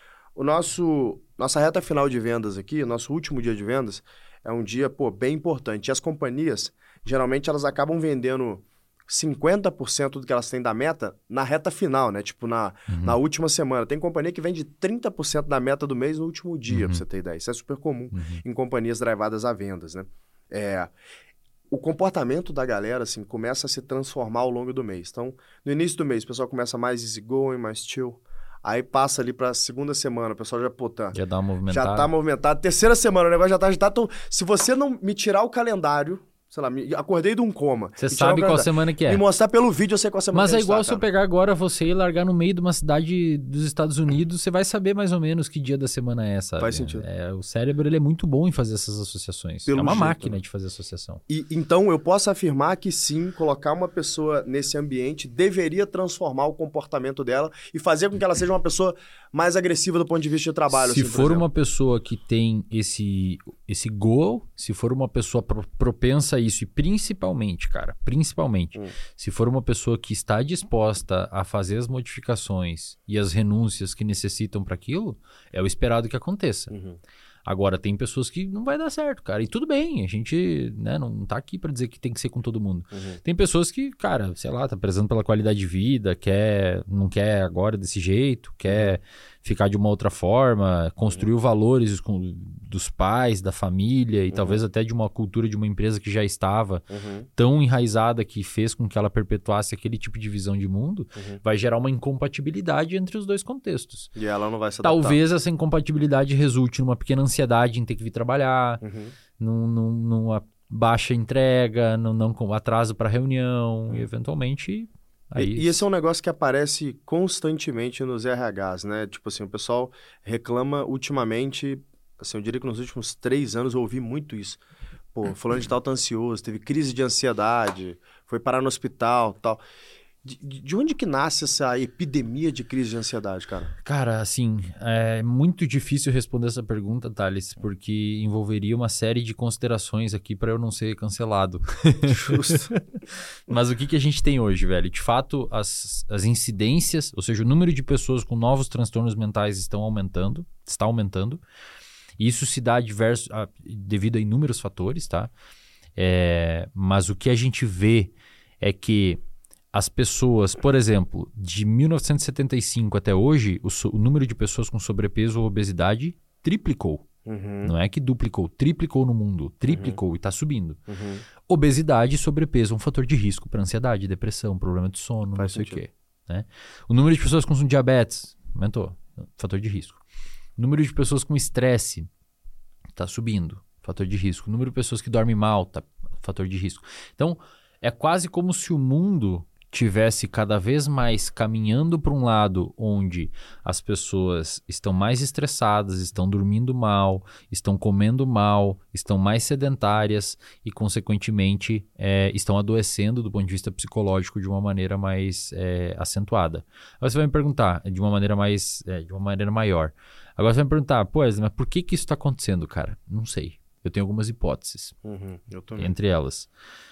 Speaker 2: Nossa reta final de vendas aqui, nosso último dia de vendas, é um dia, bem importante. E as companhias, geralmente, elas acabam vendendo 50% do que elas têm da meta na reta final, né? Tipo, na última semana. Tem companhia que vende 30% da meta do mês no último dia, pra você ter ideia. Isso é super comum em companhias drivadas a vendas, né? O comportamento da galera, assim, começa a se transformar ao longo do mês. Então, no início do mês, o pessoal começa mais easygoing, mais chill. Aí passa ali pra segunda semana, o pessoal
Speaker 1: já dá uma movimentada.
Speaker 2: Já tá movimentado. Terceira semana, o negócio já tá agitado. Então, se você não me tirar o calendário, sei lá, acordei de um coma.
Speaker 1: Você sabe qual semana que é.
Speaker 2: Me mostrar pelo vídeo, eu sei qual semana que é.
Speaker 1: Mas é igual se eu pegar agora você e largar no meio de uma cidade dos Estados Unidos, você vai saber mais ou menos que dia da semana é, sabe?
Speaker 2: Faz sentido.
Speaker 1: O cérebro, ele é muito bom em fazer essas associações. É uma máquina de fazer associação.
Speaker 2: E então, eu posso afirmar que sim, colocar uma pessoa nesse ambiente deveria transformar o comportamento dela e fazer com que ela seja uma pessoa mais agressiva do ponto de vista de trabalho.
Speaker 1: Se
Speaker 2: assim,
Speaker 1: for uma pessoa que tem esse goal, se for uma pessoa propensa a isso, e principalmente, se for uma pessoa que está disposta a fazer as modificações e as renúncias que necessitam para aquilo, é o esperado que aconteça. Agora, tem pessoas que não vai dar certo, cara. E tudo bem, a gente, né, não tá aqui para dizer que tem que ser com todo mundo. Tem pessoas que, cara, sei lá, tá prezando pela qualidade de vida, não quer agora desse jeito, quer ficar de uma outra forma, construiu valores dos pais, da família e talvez até de uma cultura de uma empresa que já estava tão enraizada que fez com que ela perpetuasse aquele tipo de visão de mundo, vai gerar uma incompatibilidade entre os dois contextos.
Speaker 2: E ela não vai se adaptar.
Speaker 1: Talvez essa incompatibilidade resulte numa pequena ansiedade em ter que vir trabalhar, numa baixa entrega, num atraso para reunião e eventualmente...
Speaker 2: E esse é um negócio que aparece constantemente nos RHs, né? Tipo assim, o pessoal reclama ultimamente, assim, eu diria que nos últimos 3 anos eu ouvi muito isso. Pô, fulano de tal tá ansioso, teve crise de ansiedade, foi parar no hospital, tal. De onde que nasce essa epidemia de crise de ansiedade, cara?
Speaker 1: Cara, assim, é muito difícil responder essa pergunta, Thales, porque envolveria uma série de considerações aqui para eu não ser cancelado.
Speaker 2: Justo.
Speaker 1: Mas o que a gente tem hoje, velho? De fato, as incidências, ou seja, o número de pessoas com novos transtornos mentais está aumentando. E isso se dá devido a inúmeros fatores, tá? Mas o que a gente vê é que as pessoas, por exemplo, de 1975 até hoje, o número de pessoas com sobrepeso ou obesidade triplicou. Não é que duplicou, triplicou no mundo. Triplicou e está subindo. Obesidade e sobrepeso é um fator de risco para ansiedade, depressão, problema de sono, não sei o quê. Né? O número de pessoas com diabetes aumentou, fator de risco. O número de pessoas com estresse está subindo, fator de risco. O número de pessoas que dormem mal, fator de risco. Então, é quase como se o mundo tivesse cada vez mais caminhando para um lado onde as pessoas estão mais estressadas, estão dormindo mal, estão comendo mal, estão mais sedentárias e, consequentemente, estão adoecendo do ponto de vista psicológico de uma maneira mais acentuada. Agora você vai me perguntar, de uma maneira maior. Agora você vai me perguntar, mas por que isso está acontecendo, cara? Não sei. Eu tenho algumas hipóteses.
Speaker 2: Eu também.
Speaker 1: Entre elas,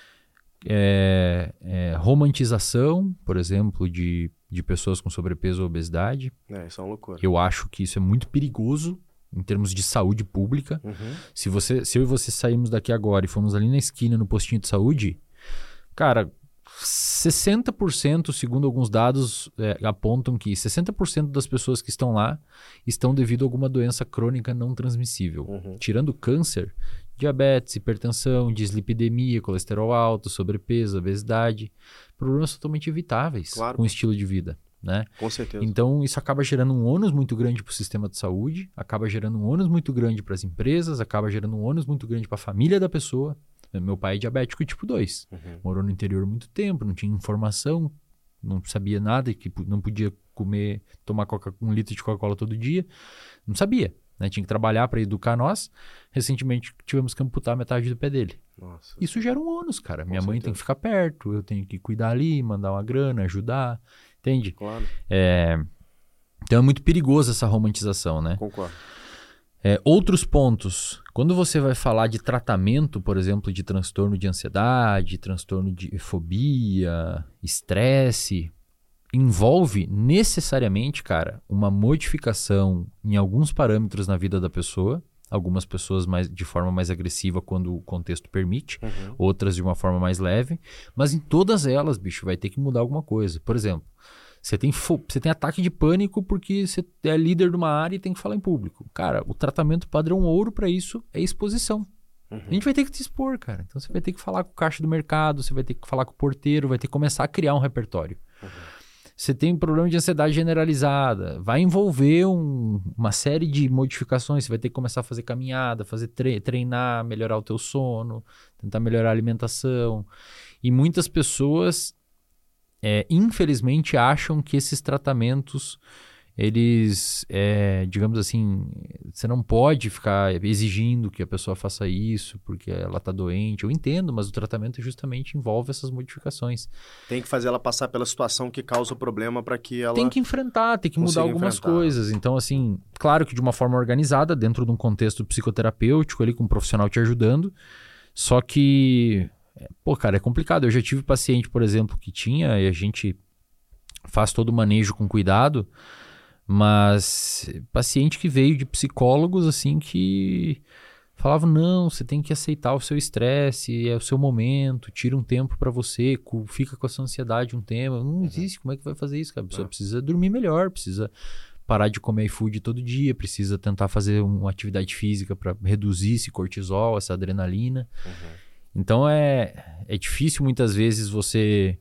Speaker 1: romantização, por exemplo, de pessoas com sobrepeso ou obesidade.
Speaker 2: Isso é uma loucura.
Speaker 1: Eu acho que isso é muito perigoso em termos de saúde pública. Se eu e você sairmos daqui agora e formos ali na esquina, no postinho de saúde, cara, 60%, segundo alguns dados, apontam que 60% das pessoas que estão lá estão devido a alguma doença crônica não transmissível. Tirando câncer, diabetes, hipertensão, dislipidemia, colesterol alto, sobrepeso, obesidade. Problemas totalmente evitáveis com o estilo de vida. Né?
Speaker 2: Com certeza.
Speaker 1: Então, isso acaba gerando um ônus muito grande para o sistema de saúde, acaba gerando um ônus muito grande para as empresas, acaba gerando um ônus muito grande para a família da pessoa. Meu pai é diabético tipo 2. Morou no interior há muito tempo, não tinha informação, não sabia nada, que não podia tomar 1 litro de Coca-Cola todo dia. Não sabia. Né? Tinha que trabalhar para educar nós. Recentemente tivemos que amputar metade do pé dele.
Speaker 2: Nossa.
Speaker 1: Isso gera um ônus, cara. Minha mãe
Speaker 2: certeza.
Speaker 1: tem que ficar perto, eu tenho que cuidar ali, mandar uma grana, ajudar. Entende?
Speaker 2: Claro.
Speaker 1: Então é muito perigoso essa romantização, né?
Speaker 2: Concordo.
Speaker 1: Outros pontos. Quando você vai falar de tratamento, por exemplo, de transtorno de ansiedade, transtorno de fobia, estresse, envolve necessariamente, cara, uma modificação em alguns parâmetros na vida da pessoa, Algumas pessoas de forma mais agressiva quando o contexto permite, outras de uma forma mais leve. Mas em todas elas, bicho, vai ter que mudar alguma coisa. Por exemplo, você tem ataque de pânico porque você é líder de uma área e tem que falar em público. Cara, o tratamento padrão ouro para isso é exposição. A gente vai ter que te expor, cara. Então você vai ter que falar com o caixa do mercado, você vai ter que falar com o porteiro, vai ter que começar a criar um repertório. Você tem um problema de ansiedade generalizada, vai envolver uma série de modificações, você vai ter que começar a fazer caminhada, fazer treinar, melhorar o teu sono, tentar melhorar a alimentação. E muitas pessoas, infelizmente, acham que esses tratamentos, eles, digamos assim, você não pode ficar exigindo que a pessoa faça isso porque ela está doente. Eu entendo, mas o tratamento justamente envolve essas modificações.
Speaker 2: Tem que fazer ela passar pela situação que causa o problema para que ela...
Speaker 1: Tem que enfrentar, tem que mudar algumas coisas. Então, assim, claro que de uma forma organizada, dentro de um contexto psicoterapêutico, ali com um profissional te ajudando. Só que, cara, é complicado. Eu já tive paciente, por exemplo, que tinha, e a gente faz todo o manejo com cuidado, mas paciente que veio de psicólogos, assim, que falavam, não, você tem que aceitar o seu estresse, é o seu momento, tira um tempo para você, fica com a sua ansiedade um tempo. Não existe, como é que vai fazer isso, cara? A pessoa precisa dormir melhor, precisa parar de comer iFood todo dia, precisa tentar fazer uma atividade física para reduzir esse cortisol, essa adrenalina. Então é difícil muitas vezes você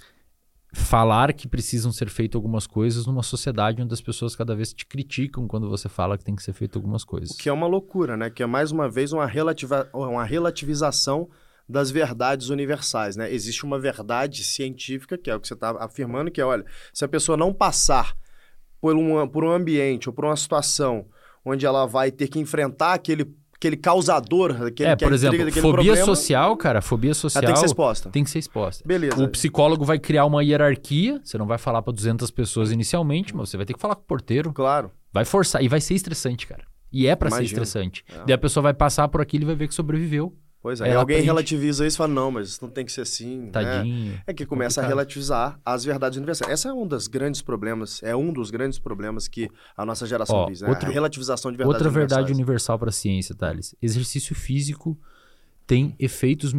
Speaker 1: falar que precisam ser feitas algumas coisas numa sociedade onde as pessoas cada vez te criticam quando você fala que tem que ser feito algumas coisas.
Speaker 2: O que é uma loucura, né? Que é mais uma vez uma relativização das verdades universais, né? Existe uma verdade científica, que é o que você está afirmando, que é, olha, se a pessoa não passar por um ambiente ou por uma situação onde ela vai ter que enfrentar aquele causador,
Speaker 1: por exemplo, fobia problema, social, cara, fobia social...
Speaker 2: Tem que ser exposta.
Speaker 1: Tem que ser exposta.
Speaker 2: Beleza.
Speaker 1: O psicólogo vai criar uma hierarquia, você não vai falar para 200 pessoas inicialmente, mas você vai ter que falar com o porteiro.
Speaker 2: Claro.
Speaker 1: Vai forçar, e vai ser estressante, cara. E é para ser estressante. Daí a pessoa vai passar por aquilo e vai ver que sobreviveu.
Speaker 2: Pois é, alguém relativiza isso e fala, não, mas isso não tem que ser assim.
Speaker 1: Tadinho.
Speaker 2: Né? É que começa a relativizar as verdades universais. Esse é um dos grandes problemas que a nossa geração vive, né? A relativização de verdades universais.
Speaker 1: Outra verdade universal para a ciência, Thales. Exercício físico tem efeitos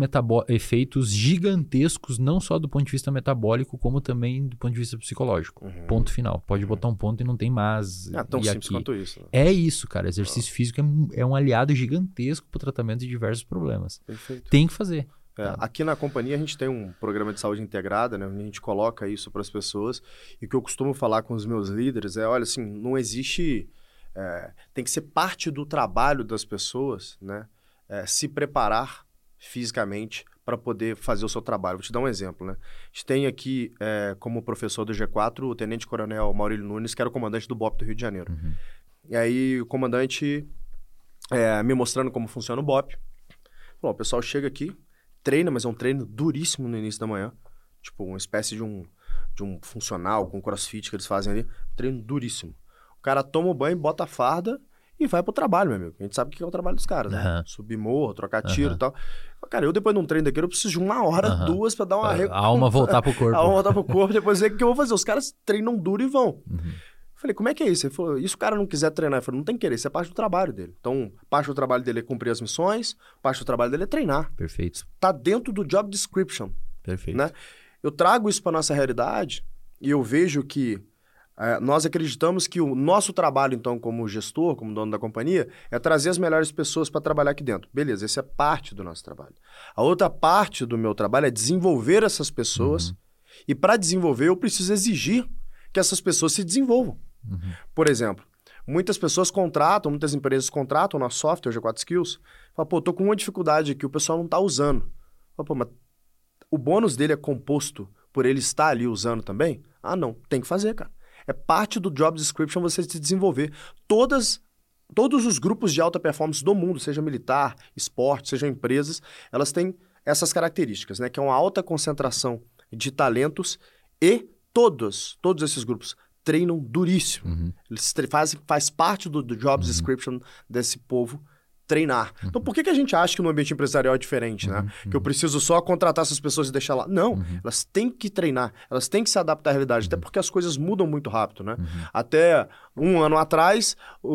Speaker 1: gigantescos, não só do ponto de vista metabólico, como também do ponto de vista psicológico. Ponto final. Pode botar um ponto e não tem mais.
Speaker 2: É tão simples quanto isso. Né?
Speaker 1: É isso, cara. Exercício físico é um aliado gigantesco para o tratamento de diversos problemas.
Speaker 2: Perfeito.
Speaker 1: Tem que fazer.
Speaker 2: Aqui na companhia a gente tem um programa de saúde integrada, né? Onde a gente coloca isso para as pessoas. E o que eu costumo falar com os meus líderes é, olha, assim, não existe... tem que ser parte do trabalho das pessoas, né? Se preparar fisicamente para poder fazer o seu trabalho. Vou te dar um exemplo, né? A gente tem aqui, como professor do G4, o tenente-coronel Maurílio Nunes, que era o comandante do BOP do Rio de Janeiro. E aí o comandante, me mostrando como funciona o BOP, falou, o pessoal chega aqui, treina, mas é um treino duríssimo no início da manhã, tipo uma espécie de um funcional com crossfit que eles fazem ali, treino duríssimo. O cara toma o banho, bota a farda e vai pro trabalho, meu amigo. A gente sabe o que é o trabalho dos caras, né? Subir morro, trocar tiro e tal. Cara, eu depois de um treino daquele, eu preciso de 1 hora, 2 pra dar uma...
Speaker 1: A alma voltar pro corpo.
Speaker 2: A alma voltar pro corpo, depois ver o que eu vou fazer. Os caras treinam duro e vão. Eu falei, como é que é isso? Ele falou, e se o cara não quiser treinar? Eu falei, não tem que querer, isso é parte do trabalho dele. Então, parte do trabalho dele é cumprir as missões, parte do trabalho dele é treinar.
Speaker 1: Perfeito.
Speaker 2: Tá dentro do job description.
Speaker 1: Perfeito.
Speaker 2: Né? Eu trago isso pra nossa realidade e eu vejo que nós acreditamos que o nosso trabalho, então, como gestor, como dono da companhia, é trazer as melhores pessoas para trabalhar aqui dentro. Beleza, essa é parte do nosso trabalho. A outra parte do meu trabalho é desenvolver essas pessoas e para desenvolver eu preciso exigir que essas pessoas se desenvolvam. Por exemplo, muitas empresas contratam o nosso software, o G4 Skills, falam, pô, tô com uma dificuldade aqui, o pessoal não está usando. Fala, pô, mas o bônus dele é composto por ele estar ali usando também? Ah, não, tem que fazer, cara. É parte do job description você se desenvolver. Todos os grupos de alta performance do mundo, seja militar, esporte, sejam empresas, elas têm essas características, né? Que é uma alta concentração de talentos e todos esses grupos treinam duríssimo. Eles faz parte do job description desse povo treinar. Então, por que a gente acha que no ambiente empresarial é diferente, né? Que eu preciso só contratar essas pessoas e deixar lá. Não, elas têm que treinar, elas têm que se adaptar à realidade, até porque as coisas mudam muito rápido, né? Até um ano atrás,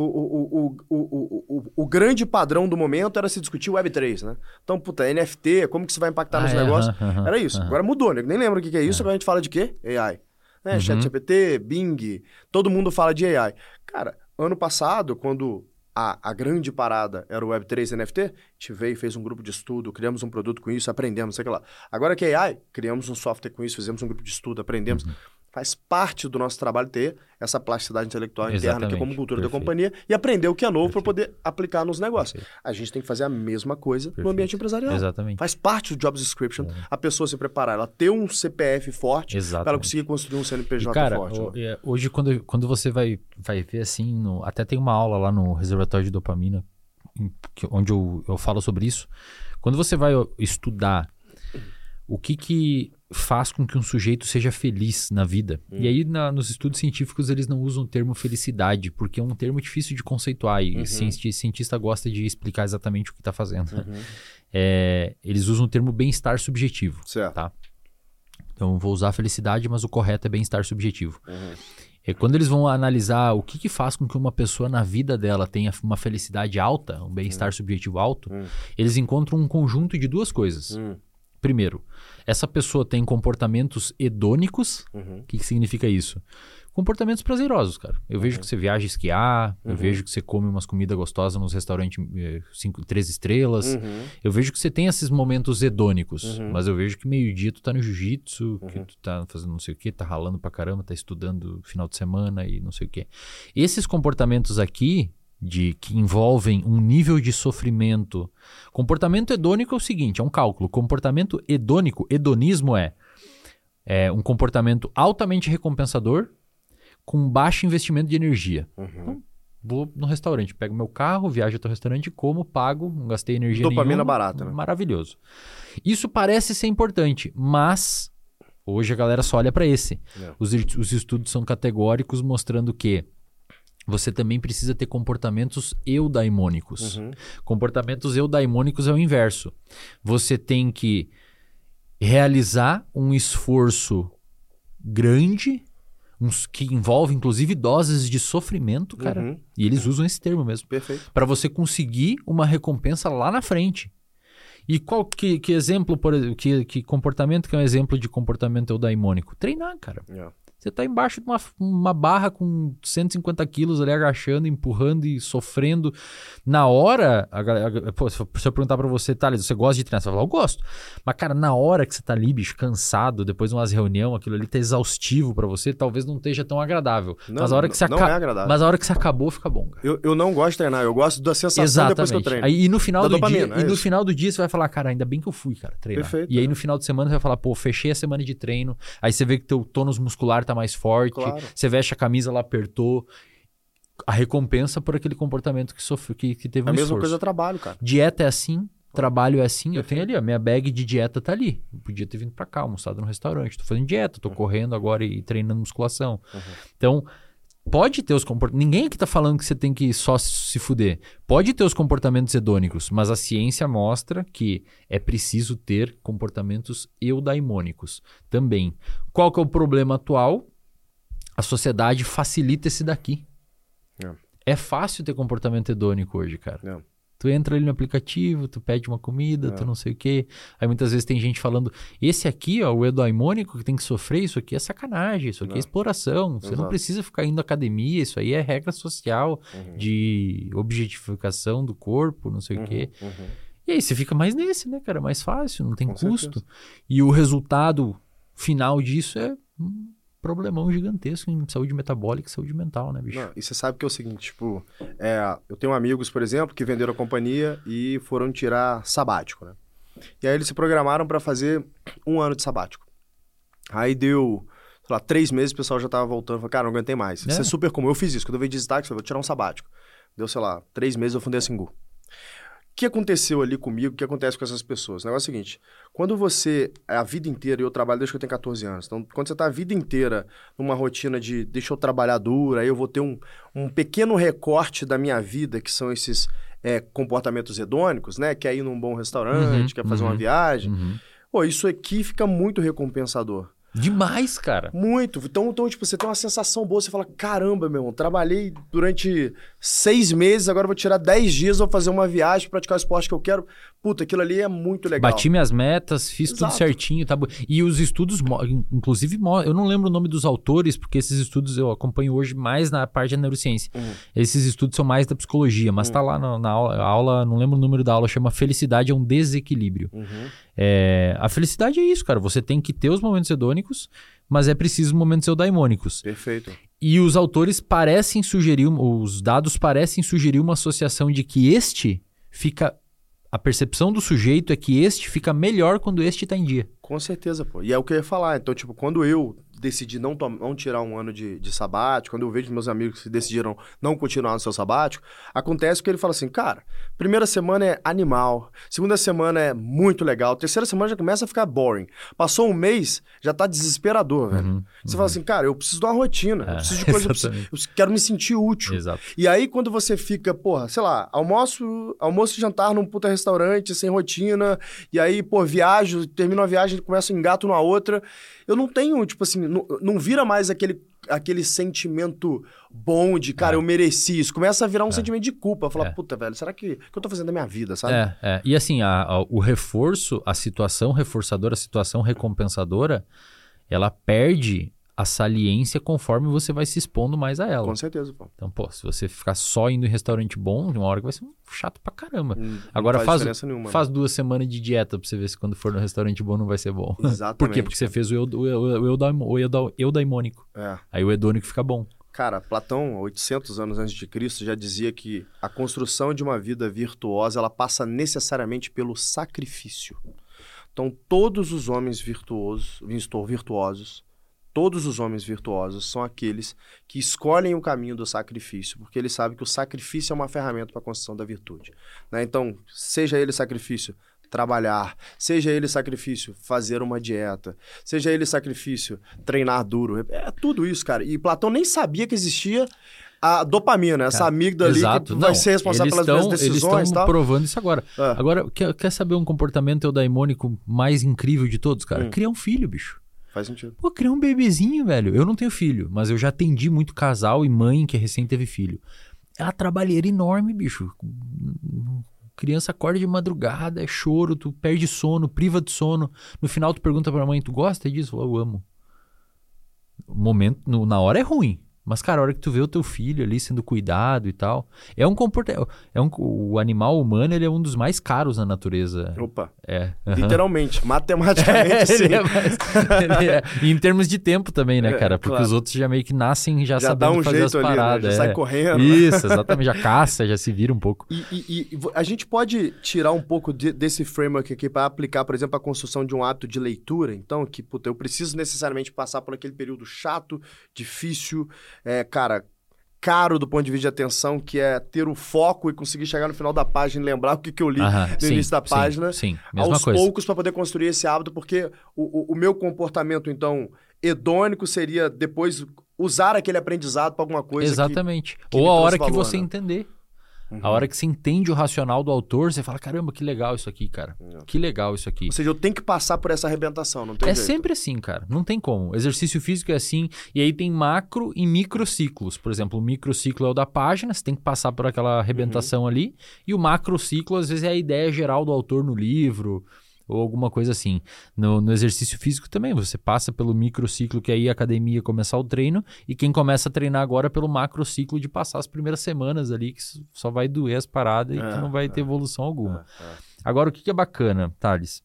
Speaker 2: o grande padrão do momento era se discutir Web3, né? Então, puta, NFT, como que isso vai impactar nos negócios? Era isso. Agora mudou, né? Nem lembro o que é isso, agora a gente fala de quê? AI. Né? ChatGPT, Bing, todo mundo fala de AI. Cara, ano passado, quando a grande parada era o Web3 NFT, a gente veio e fez um grupo de estudo, criamos um produto com isso, aprendemos, sei lá. Agora que é AI, criamos um software com isso, fizemos um grupo de estudo, aprendemos. Faz parte do nosso trabalho ter essa plasticidade intelectual interna, que é como cultura da companhia, e aprender o que é novo para poder aplicar nos negócios. A gente tem que fazer a mesma coisa no ambiente empresarial.
Speaker 1: Exatamente.
Speaker 2: Faz parte do job description a pessoa se preparar, ela ter um CPF forte para ela conseguir construir um CNPJ forte.
Speaker 1: Cara, hoje quando você vai ver assim, até tem uma aula lá no Reservatório de Dopamina, onde eu falo sobre isso. Quando você vai estudar o que faz com que um sujeito seja feliz na vida. E aí, nos estudos científicos, eles não usam o termo felicidade, porque é um termo difícil de conceituar. E cientista gosta de explicar exatamente o que está fazendo. Eles usam o termo bem-estar subjetivo.
Speaker 2: Certo.
Speaker 1: Tá? Então, vou usar felicidade, mas o correto é bem-estar subjetivo. Quando eles vão analisar o que faz com que uma pessoa na vida dela tenha uma felicidade alta, um bem-estar subjetivo alto, eles encontram um conjunto de duas coisas. Primeiro, essa pessoa tem comportamentos hedônicos. O que significa isso? Comportamentos prazerosos, cara. Eu vejo que você viaja esquiar, eu vejo que você come umas comidas gostosas nos restaurantes 3 estrelas. Eu vejo que você tem esses momentos hedônicos, mas eu vejo que meio-dia tu tá no jiu-jitsu, que tu tá fazendo não sei o quê, tá ralando pra caramba, tá estudando final de semana e não sei o quê. Esses comportamentos aqui, que envolvem um nível de sofrimento. Comportamento hedônico é o seguinte, é um cálculo. Comportamento hedônico, hedonismo é um comportamento altamente recompensador com baixo investimento de energia. Então, vou no restaurante, pego meu carro, viajo até o restaurante, como, pago, não gastei energia nenhuma.
Speaker 2: Dopamina barata, né?
Speaker 1: Maravilhoso. Isso parece ser importante, mas hoje a galera só olha para esse. Os estudos são categóricos mostrando que você também precisa ter comportamentos eudaimônicos. Comportamentos eudaimônicos é o inverso. Você tem que realizar um esforço grande, que envolve inclusive doses de sofrimento, cara. E eles usam esse termo mesmo.
Speaker 2: Perfeito.
Speaker 1: Para você conseguir uma recompensa lá na frente. E que exemplo, que comportamento que é um exemplo de comportamento eudaimônico? Treinar, cara. Você tá embaixo de uma barra com 150 quilos ali agachando, empurrando e sofrendo. Na hora, se eu perguntar pra você, Thales, você gosta de treinar? Você vai falar, eu gosto. Mas, cara, na hora que você tá ali, bicho, cansado, depois de umas reuniões, aquilo ali tá exaustivo pra você, talvez não esteja tão agradável. Mas a hora que você
Speaker 2: não é agradável.
Speaker 1: Mas a hora que você acabou, fica bom, cara.
Speaker 2: Eu não gosto de treinar, eu gosto da sensação depois que eu treino.
Speaker 1: Aí, no final do
Speaker 2: dopamina,
Speaker 1: dia, final do dia você vai falar, cara, ainda bem que eu fui, cara, treinar.
Speaker 2: Perfeito,
Speaker 1: e aí no final de semana você vai falar, pô, fechei a semana de treino. Aí você vê que teu tônus muscular tá mais forte. Claro. Você veste a camisa, ela apertou. A recompensa por aquele comportamento que sofreu, que teve um esforço.
Speaker 2: É a mesma coisa do trabalho, cara.
Speaker 1: Dieta é assim, trabalho é assim. Eu tenho ali, a minha bag de dieta tá ali. Eu podia ter vindo pra cá, almoçado no restaurante. Tô fazendo dieta, tô correndo agora e treinando musculação. Então, pode ter os comportamentos. Ninguém aqui tá falando que você tem que só se fuder. Pode ter os comportamentos hedônicos, mas a ciência mostra que é preciso ter comportamentos eudaimônicos também. Qual que é o problema atual? A sociedade facilita esse daqui. É fácil ter comportamento hedônico hoje, cara. Tu entra ali no aplicativo, tu pede uma comida, tu não sei o quê. Aí muitas vezes tem gente falando, esse aqui, ó, o eudaimônico que tem que sofrer, isso aqui é sacanagem, isso aqui é exploração. Você não precisa ficar indo à academia, isso aí é regra social de objetificação do corpo, não sei o quê. E aí você fica mais nesse, né, cara? Mais fácil, não tem custo. Certeza. E o resultado final disso é problemão gigantesco em saúde metabólica e saúde mental, né, bicho?
Speaker 2: Não, e você sabe que é o seguinte, tipo, eu tenho amigos, por exemplo, que venderam a companhia e foram tirar sabático, né? E aí eles se programaram para fazer 1 ano de sabático. Aí deu, sei lá, 3 meses, o pessoal já tava voltando, falou, cara, não aguentei mais. Isso é super comum, eu fiz isso, quando eu veio de destaque, eu falei, vou tirar um sabático. Deu, sei lá, 3 meses eu fundei a Singu. O que aconteceu ali comigo, o que acontece com essas pessoas? O negócio é o seguinte, quando você, a vida inteira, e eu trabalho desde que eu tenho 14 anos, então quando você está a vida inteira numa rotina de deixa eu trabalhar duro, aí eu vou ter um pequeno recorte da minha vida, que são esses comportamentos hedônicos, né? Quer ir num bom restaurante, quer fazer uma viagem. Pô, isso aqui fica muito recompensador.
Speaker 1: Demais, cara.
Speaker 2: Muito. Então, tipo, você tem uma sensação boa, você fala, caramba, meu irmão, trabalhei durante 6 meses, agora eu vou tirar 10 dias, vou fazer uma viagem, praticar o esporte que eu quero. Puta, aquilo ali é muito legal.
Speaker 1: Bati minhas metas, fiz tudo certinho. Tá... E os estudos, inclusive, eu não lembro o nome dos autores, porque esses estudos eu acompanho hoje mais na parte da neurociência. Esses estudos são mais da psicologia, mas tá lá na aula, não lembro o número da aula, chama Felicidade é um Desequilíbrio. A felicidade é isso, cara. Você tem que ter os momentos hedônicos, mas é preciso momentos eudaimônicos.
Speaker 2: Perfeito.
Speaker 1: E os autores parecem sugerir, os dados parecem sugerir uma associação de que a percepção do sujeito é que este fica melhor quando este está em dia.
Speaker 2: Com certeza, pô. E é o que eu ia falar. Então, tipo, quando eu decidi não tirar um ano de sabático, quando eu vejo meus amigos que decidiram não continuar no seu sabático, acontece que ele fala assim, cara, primeira semana é animal, segunda semana é muito legal, terceira semana já começa a ficar boring. Passou um mês, já tá desesperador, velho. Você fala assim, cara, eu preciso de uma rotina, eu preciso de coisa, eu quero me sentir útil.
Speaker 1: Exato.
Speaker 2: E aí, quando você fica, porra, sei lá, almoço e jantar num puta restaurante, sem rotina, e aí, pô, viajo, termino uma viagem, começo a engato numa outra, eu não tenho, tipo assim, não vira mais aquele sentimento bom de, cara, eu mereci isso. Começa a virar um sentimento de culpa. Falar, puta, velho, será que eu tô fazendo da minha vida, sabe?
Speaker 1: E assim, o reforço, a situação reforçadora, a situação recompensadora, ela perde a saliência conforme você vai se expondo mais a ela.
Speaker 2: Com certeza, pô.
Speaker 1: Então, pô, se você ficar só indo em restaurante bom, de uma hora que vai ser chato pra caramba. Agora faz 2 semanas de dieta pra você ver se quando for no restaurante bom não vai ser bom.
Speaker 2: Exatamente.
Speaker 1: Por quê? Porque você fez o eudaimônico. Aí o hedônico fica bom.
Speaker 2: Cara, Platão, 800 anos antes de Cristo, já dizia que a construção de uma vida virtuosa, ela passa necessariamente pelo sacrifício. Então, todos os homens virtuosos, todos os homens virtuosos são aqueles que escolhem o caminho do sacrifício, porque eles sabem que o sacrifício é uma ferramenta para a construção da virtude. Né? Então, seja ele sacrifício trabalhar, seja ele sacrifício fazer uma dieta, seja ele sacrifício treinar duro, é tudo isso, cara. E Platão nem sabia que existia a dopamina, essa amígdala ali que vai ser responsável pelas minhas decisões.
Speaker 1: Eles estão provando isso agora. Agora, quer saber um comportamento eudaimônico mais incrível de todos, cara? Criar um filho, bicho.
Speaker 2: Faz sentido.
Speaker 1: Pô, criar um bebezinho, velho. Eu não tenho filho, mas eu já atendi muito casal e mãe que recém teve filho. É uma trabalheira enorme, bicho. Criança acorda de madrugada, é choro, tu perde sono, priva de sono. No final tu pergunta pra mãe, tu gosta disso? Fala, eu amo. O momento, na hora é ruim. Mas, cara, a hora que tu vê o teu filho ali sendo cuidado e tal, o animal humano, ele é um dos mais caros na natureza.
Speaker 2: Opa. Literalmente, matematicamente, sim.
Speaker 1: E em termos de tempo também, né, cara? Porque os outros já meio que nascem já sabendo fazer as paradas.
Speaker 2: Né? Já sai correndo.
Speaker 1: Isso, exatamente. Já caça, já se vira um pouco.
Speaker 2: E a gente pode tirar um pouco desse framework aqui para aplicar, por exemplo, a construção de um hábito de leitura. Então, que, puta, eu preciso necessariamente passar por aquele período chato, difícil, caro do ponto de vista de atenção, que é ter o foco e conseguir chegar no final da página e lembrar o que eu li no início da página.
Speaker 1: Sim, mesma
Speaker 2: aos
Speaker 1: coisa.
Speaker 2: poucos para poder construir esse hábito, porque o meu comportamento, então, hedônico seria depois usar aquele aprendizado para alguma coisa.
Speaker 1: Exatamente.
Speaker 2: Que
Speaker 1: ou a hora
Speaker 2: valor,
Speaker 1: que você
Speaker 2: né?
Speaker 1: entender. A hora que você entende o racional do autor, você fala, caramba, que legal isso aqui, cara. Que legal isso aqui.
Speaker 2: Ou seja, eu tenho que passar por essa arrebentação, não tem jeito.
Speaker 1: Sempre assim, cara. Não tem como. Exercício físico é assim. E aí tem macro e microciclos. Por exemplo, o microciclo é o da página, você tem que passar por aquela arrebentação ali. E o macrociclo, às vezes, é a ideia geral do autor no livro ou alguma coisa assim. No exercício físico também, você passa pelo microciclo, que aí a academia começar o treino, e quem começa a treinar agora pelo macrociclo de passar as primeiras semanas ali, que só vai doer as paradas e que não vai ter evolução alguma. Agora, o que é bacana, Thales?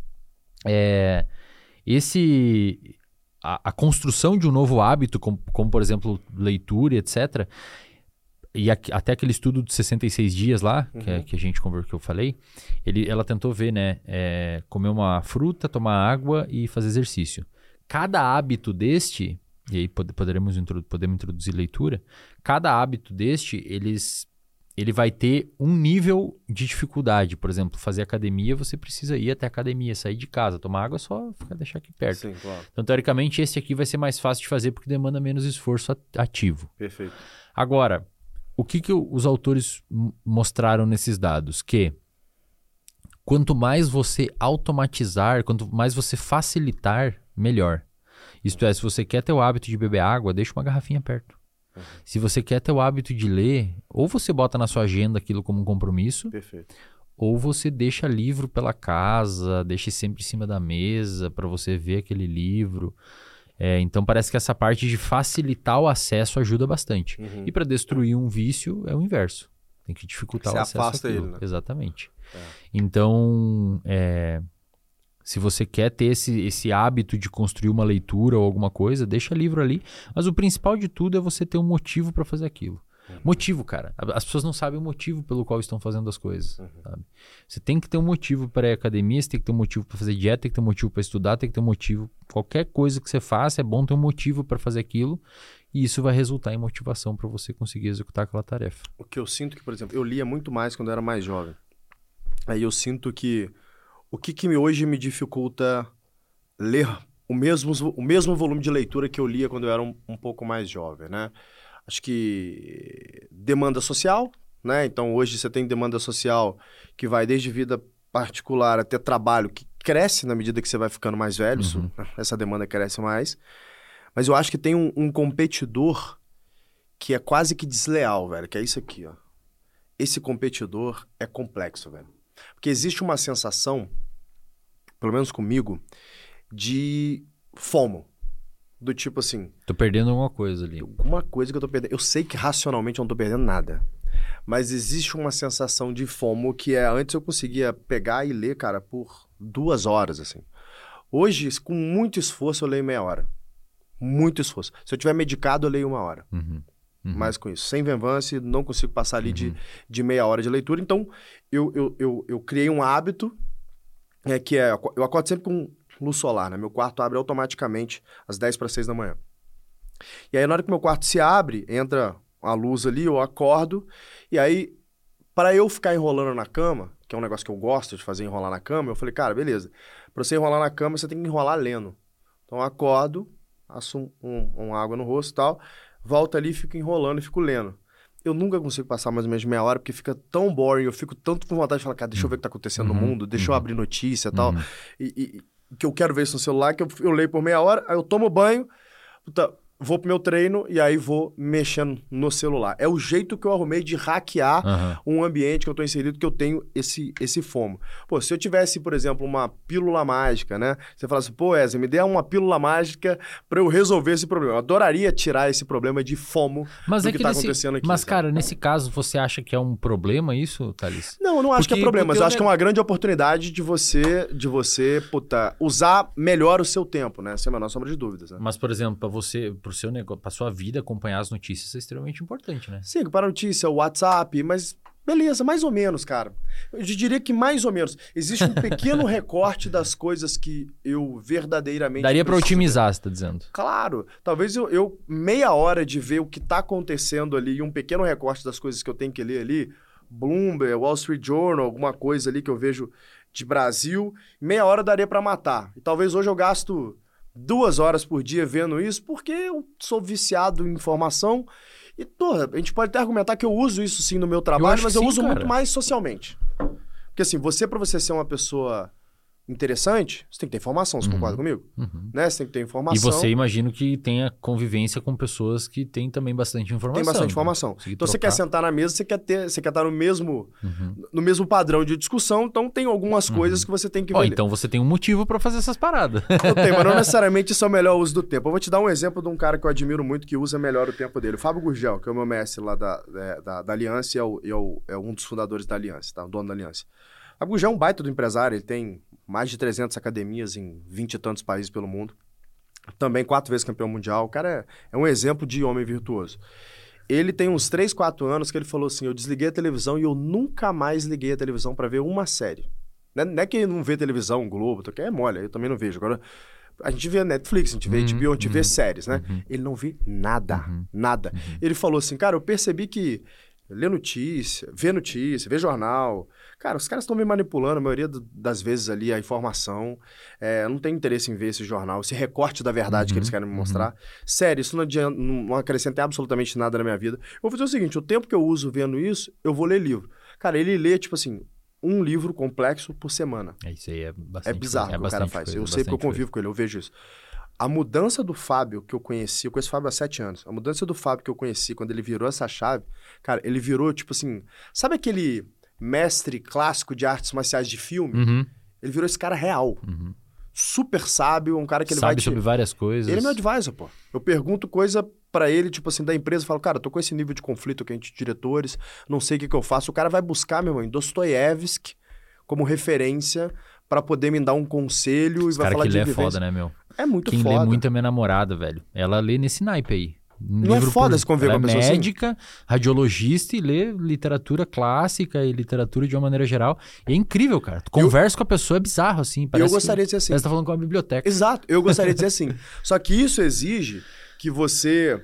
Speaker 1: A construção de um novo hábito, como por exemplo, leitura, etc., e até aquele estudo de 66 dias lá, que a gente conversou, que eu falei, ela tentou ver, né? Comer uma fruta, tomar água e fazer exercício. Cada hábito deste, e aí podemos introduzir leitura, cada hábito deste, ele vai ter um nível de dificuldade. Por exemplo, fazer academia, você precisa ir até a academia, sair de casa. Tomar água é só deixar aqui perto.
Speaker 2: Sim, claro. Então,
Speaker 1: teoricamente, esse aqui vai ser mais fácil de fazer porque demanda menos esforço ativo.
Speaker 2: Perfeito.
Speaker 1: Agora, o que os autores mostraram nesses dados? Que quanto mais você automatizar, quanto mais você facilitar, melhor. Isto é, se você quer ter o hábito de beber água, deixa uma garrafinha perto. Se você quer ter o hábito de ler, ou você bota na sua agenda aquilo como um compromisso,
Speaker 2: Perfeito.
Speaker 1: ou você deixa livro pela casa, deixa sempre em cima da mesa para você ver aquele livro. Então parece que essa parte de facilitar o acesso ajuda bastante. E para destruir um vício é o inverso. Tem que dificultar
Speaker 2: Você
Speaker 1: o acesso
Speaker 2: afasta
Speaker 1: àquilo.
Speaker 2: ele, né?
Speaker 1: Exatamente. Então, se você quer ter esse hábito de construir uma leitura ou alguma coisa, deixa livro ali. Mas o principal de tudo é você ter um motivo para fazer aquilo. Motivo, cara. As pessoas não sabem o motivo pelo qual estão fazendo as coisas. Sabe? Você tem que ter um motivo para ir à academia, você tem que ter um motivo para fazer dieta, tem que ter um motivo para estudar, tem que ter um motivo. Qualquer coisa que você faça, é bom ter um motivo para fazer aquilo. E isso vai resultar em motivação para você conseguir executar aquela tarefa.
Speaker 2: O que eu sinto que, por exemplo, eu lia muito mais quando eu era mais jovem. Aí eu sinto que o que hoje me dificulta ler o mesmo volume de leitura que eu lia quando eu era um pouco mais jovem, né? Acho que demanda social, né? Então hoje você tem demanda social que vai desde vida particular até trabalho, que cresce na medida que você vai ficando mais velho. Essa demanda cresce mais. Mas eu acho que tem um competidor que é quase que desleal, velho, que é isso aqui, ó. Esse competidor é complexo, velho. Porque existe uma sensação, pelo menos comigo, de FOMO. Do tipo assim...
Speaker 1: Tô perdendo alguma coisa ali.
Speaker 2: Alguma coisa que eu tô perdendo. Eu sei que racionalmente eu não tô perdendo nada. Mas existe uma sensação de FOMO que antes eu conseguia pegar e ler, cara, por 2 horas, assim. Hoje, com muito esforço, eu leio meia hora. Muito esforço. Se eu tiver medicado, eu leio 1 hora. Mais com isso. Sem venvance, não consigo passar ali de meia hora de leitura. Então, eu criei um hábito, eu acordo sempre com luz solar, né? Meu quarto abre automaticamente às 10:50 da manhã. E aí, na hora que meu quarto se abre, entra a luz ali, eu acordo. E aí, para eu ficar enrolando na cama, que é um negócio que eu gosto de fazer, enrolar na cama, eu falei, cara, beleza. Para você enrolar na cama, você tem que enrolar lendo. Então, eu acordo, passo uma água no rosto e tal, volto ali, fico enrolando e fico lendo. Eu nunca consigo passar mais ou menos meia hora, porque fica tão boring, eu fico tanto com vontade de falar, cara, deixa eu ver o que tá acontecendo no mundo, deixa eu abrir notícia e tal. E que eu quero ver isso no celular, que eu leio por meia hora, aí eu tomo banho, vou pro meu treino e aí vou mexendo no celular. É o jeito que eu arrumei de hackear um ambiente que eu tô inserido, que eu tenho esse FOMO. Pô, se eu tivesse, por exemplo, uma pílula mágica, né? Você fala assim, pô, Wesley, me dê uma pílula mágica pra eu resolver esse problema. Eu adoraria tirar esse problema de FOMO do que tá acontecendo aqui.
Speaker 1: Mas, cara, nesse caso, você acha que é um problema isso, Thalys?
Speaker 2: Não, eu não acho que é problema, mas eu acho que é uma grande oportunidade de você usar melhor o seu tempo, né? Sem a menor sombra de dúvidas, né?
Speaker 1: Mas, por exemplo, para você... pro seu negócio, pra sua vida, acompanhar as notícias é extremamente importante, né?
Speaker 2: Sim, para a notícia, o WhatsApp, mas beleza, mais ou menos, cara. Eu diria que mais ou menos. Existe um pequeno recorte das coisas que eu verdadeiramente...
Speaker 1: Daria para otimizar, você tá dizendo?
Speaker 2: Claro. Talvez eu meia hora de ver o que tá acontecendo ali e um pequeno recorte das coisas que eu tenho que ler ali, Bloomberg, Wall Street Journal, alguma coisa ali que eu vejo de Brasil, meia hora daria para matar. E talvez hoje eu gasto 2 horas por dia vendo isso, porque eu sou viciado em informação. E, porra, a gente pode até argumentar que eu uso isso sim no meu trabalho, mas eu uso muito mais socialmente. Porque assim, pra você ser uma pessoa interessante, você tem que ter informação, você concorda comigo? Né? Você tem que ter informação.
Speaker 1: E você, imagino que tenha convivência com pessoas que têm também bastante informação.
Speaker 2: Tem bastante informação. Então você quer sentar na mesa, você quer estar no mesmo padrão de discussão, então tem algumas coisas que você tem que ver.
Speaker 1: Então você tem um motivo para fazer essas paradas.
Speaker 2: Eu tenho, mas não necessariamente isso é o melhor uso do tempo. Eu vou te dar um exemplo de um cara que eu admiro muito, que usa melhor o tempo dele. O Fábio Gurgel, que é o meu mestre lá da Aliança e é um dos fundadores da Aliança, tá? O dono da Aliança. O Fábio Gurgel é um baita do empresário, ele tem mais de 300 academias em 20 e tantos países pelo mundo. Também 4 vezes campeão mundial. O cara é um exemplo de homem virtuoso. Ele tem uns 3, 4 anos que ele falou assim, eu desliguei a televisão e eu nunca mais liguei a televisão para ver uma série. Não é que ele não vê televisão, Globo, que é mole, eu também não vejo. Agora, a gente vê Netflix, a gente vê HBO, a gente vê séries, né? Ele não vê nada, nada. Ele falou assim, cara, eu percebi que Lê notícia, vê jornal. Cara, os caras estão me manipulando a maioria das vezes ali, a informação. Eu não tenho interesse em ver esse jornal, esse recorte da verdade que eles querem me mostrar. Sério, isso não acrescenta absolutamente nada na minha vida. Eu vou fazer o seguinte, o tempo que eu uso vendo isso, eu vou ler livro. Cara, ele lê, tipo assim, um livro complexo por semana.
Speaker 1: Isso aí é bastante.
Speaker 2: É bizarro o que o cara faz. Eu sei porque eu convivo com ele, eu vejo isso. A mudança do Fábio que eu conheço o Fábio há 7 anos. A mudança do Fábio que eu conheci quando ele virou essa chave, cara, ele virou, tipo assim... Sabe aquele mestre clássico de artes marciais de filme? Ele virou esse cara real. Super sábio, um cara que ele
Speaker 1: sabe
Speaker 2: vai...
Speaker 1: sobre várias coisas.
Speaker 2: Ele é meu advisor, pô. Eu pergunto coisa pra ele, tipo assim, da empresa, eu falo, cara, tô com esse nível de conflito aqui entre diretores, não sei o que eu faço. O cara vai buscar, meu irmão, em Dostoiévski como referência pra poder me dar um conselho e vai falar de vivência.
Speaker 1: Quem lê é foda, né, meu?
Speaker 2: É muito
Speaker 1: Quem
Speaker 2: foda.
Speaker 1: lê muito é minha namorada, velho. Ela lê nesse naipe aí.
Speaker 2: Não é foda se conviver com uma pessoa assim?
Speaker 1: Ela é médica, radiologista e lê literatura clássica e literatura de uma maneira geral. E é incrível, cara. Tu conversa com a pessoa, é bizarro, assim.
Speaker 2: Eu gostaria de ser assim.
Speaker 1: Parece que tá falando com uma biblioteca.
Speaker 2: Exato, eu gostaria de ser assim. Só que isso exige que você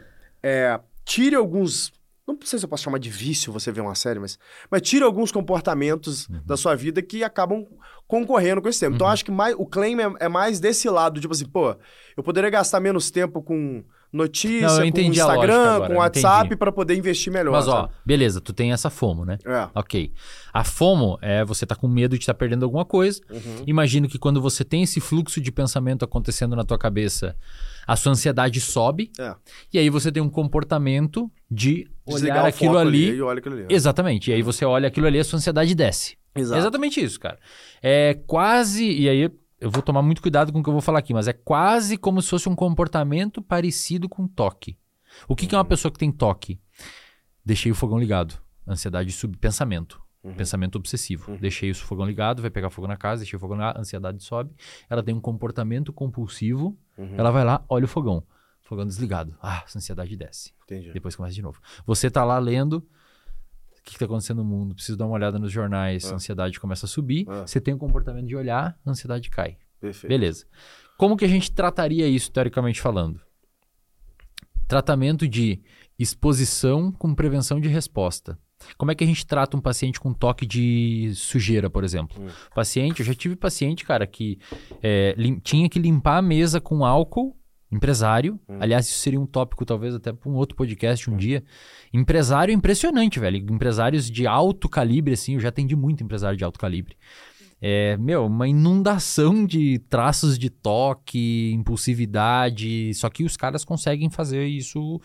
Speaker 2: tire alguns... Não sei se eu posso chamar de vício você ver uma série, mas tire alguns comportamentos da sua vida que acabam concorrendo com esse tempo. Então, eu acho que o claim é mais desse lado. Tipo assim, pô, eu poderia gastar menos tempo com notícia, com Instagram, com WhatsApp, para poder investir melhor.
Speaker 1: Mas,
Speaker 2: sabe?
Speaker 1: Beleza, tu tem essa FOMO, né? Ok. A FOMO é você tá com medo de estar perdendo alguma coisa. Imagino que quando você tem esse fluxo de pensamento acontecendo na tua cabeça, a sua ansiedade sobe. E aí você tem um comportamento de olhar aquilo ali.
Speaker 2: E olha aquilo ali.
Speaker 1: Exatamente. E aí você olha aquilo ali e a sua ansiedade desce.
Speaker 2: Exato.
Speaker 1: É exatamente isso, cara. É quase... E aí eu vou tomar muito cuidado com o que eu vou falar aqui, mas é quase como se fosse um comportamento parecido com toque. O que é uma pessoa que tem toque? Deixei o fogão ligado. Ansiedade sub... Pensamento. Pensamento obsessivo. Deixei o fogão ligado, vai pegar fogo na casa, deixei o fogão ligado, ansiedade sobe. Ela tem um comportamento compulsivo. Ela vai lá, olha o fogão. Fogão desligado. Essa ansiedade desce.
Speaker 2: Entendi.
Speaker 1: Depois começa de novo. Você tá lá lendo... O que está acontecendo no mundo? Preciso dar uma olhada nos jornais, a ansiedade começa a subir. Você tem o comportamento de olhar, a ansiedade cai.
Speaker 2: Perfeito.
Speaker 1: Beleza. Como que a gente trataria isso, teoricamente falando? Tratamento de exposição com prevenção de resposta. Como é que a gente trata um paciente com toque de sujeira, por exemplo? Eu já tive paciente, cara, que tinha que limpar a mesa com álcool. Empresário, aliás, isso seria um tópico talvez até para um outro podcast um dia. Empresário é impressionante, velho. Empresários de alto calibre, assim, eu já atendi muito empresário de alto calibre. Uma inundação de traços de toque, impulsividade, só que os caras conseguem fazer isso,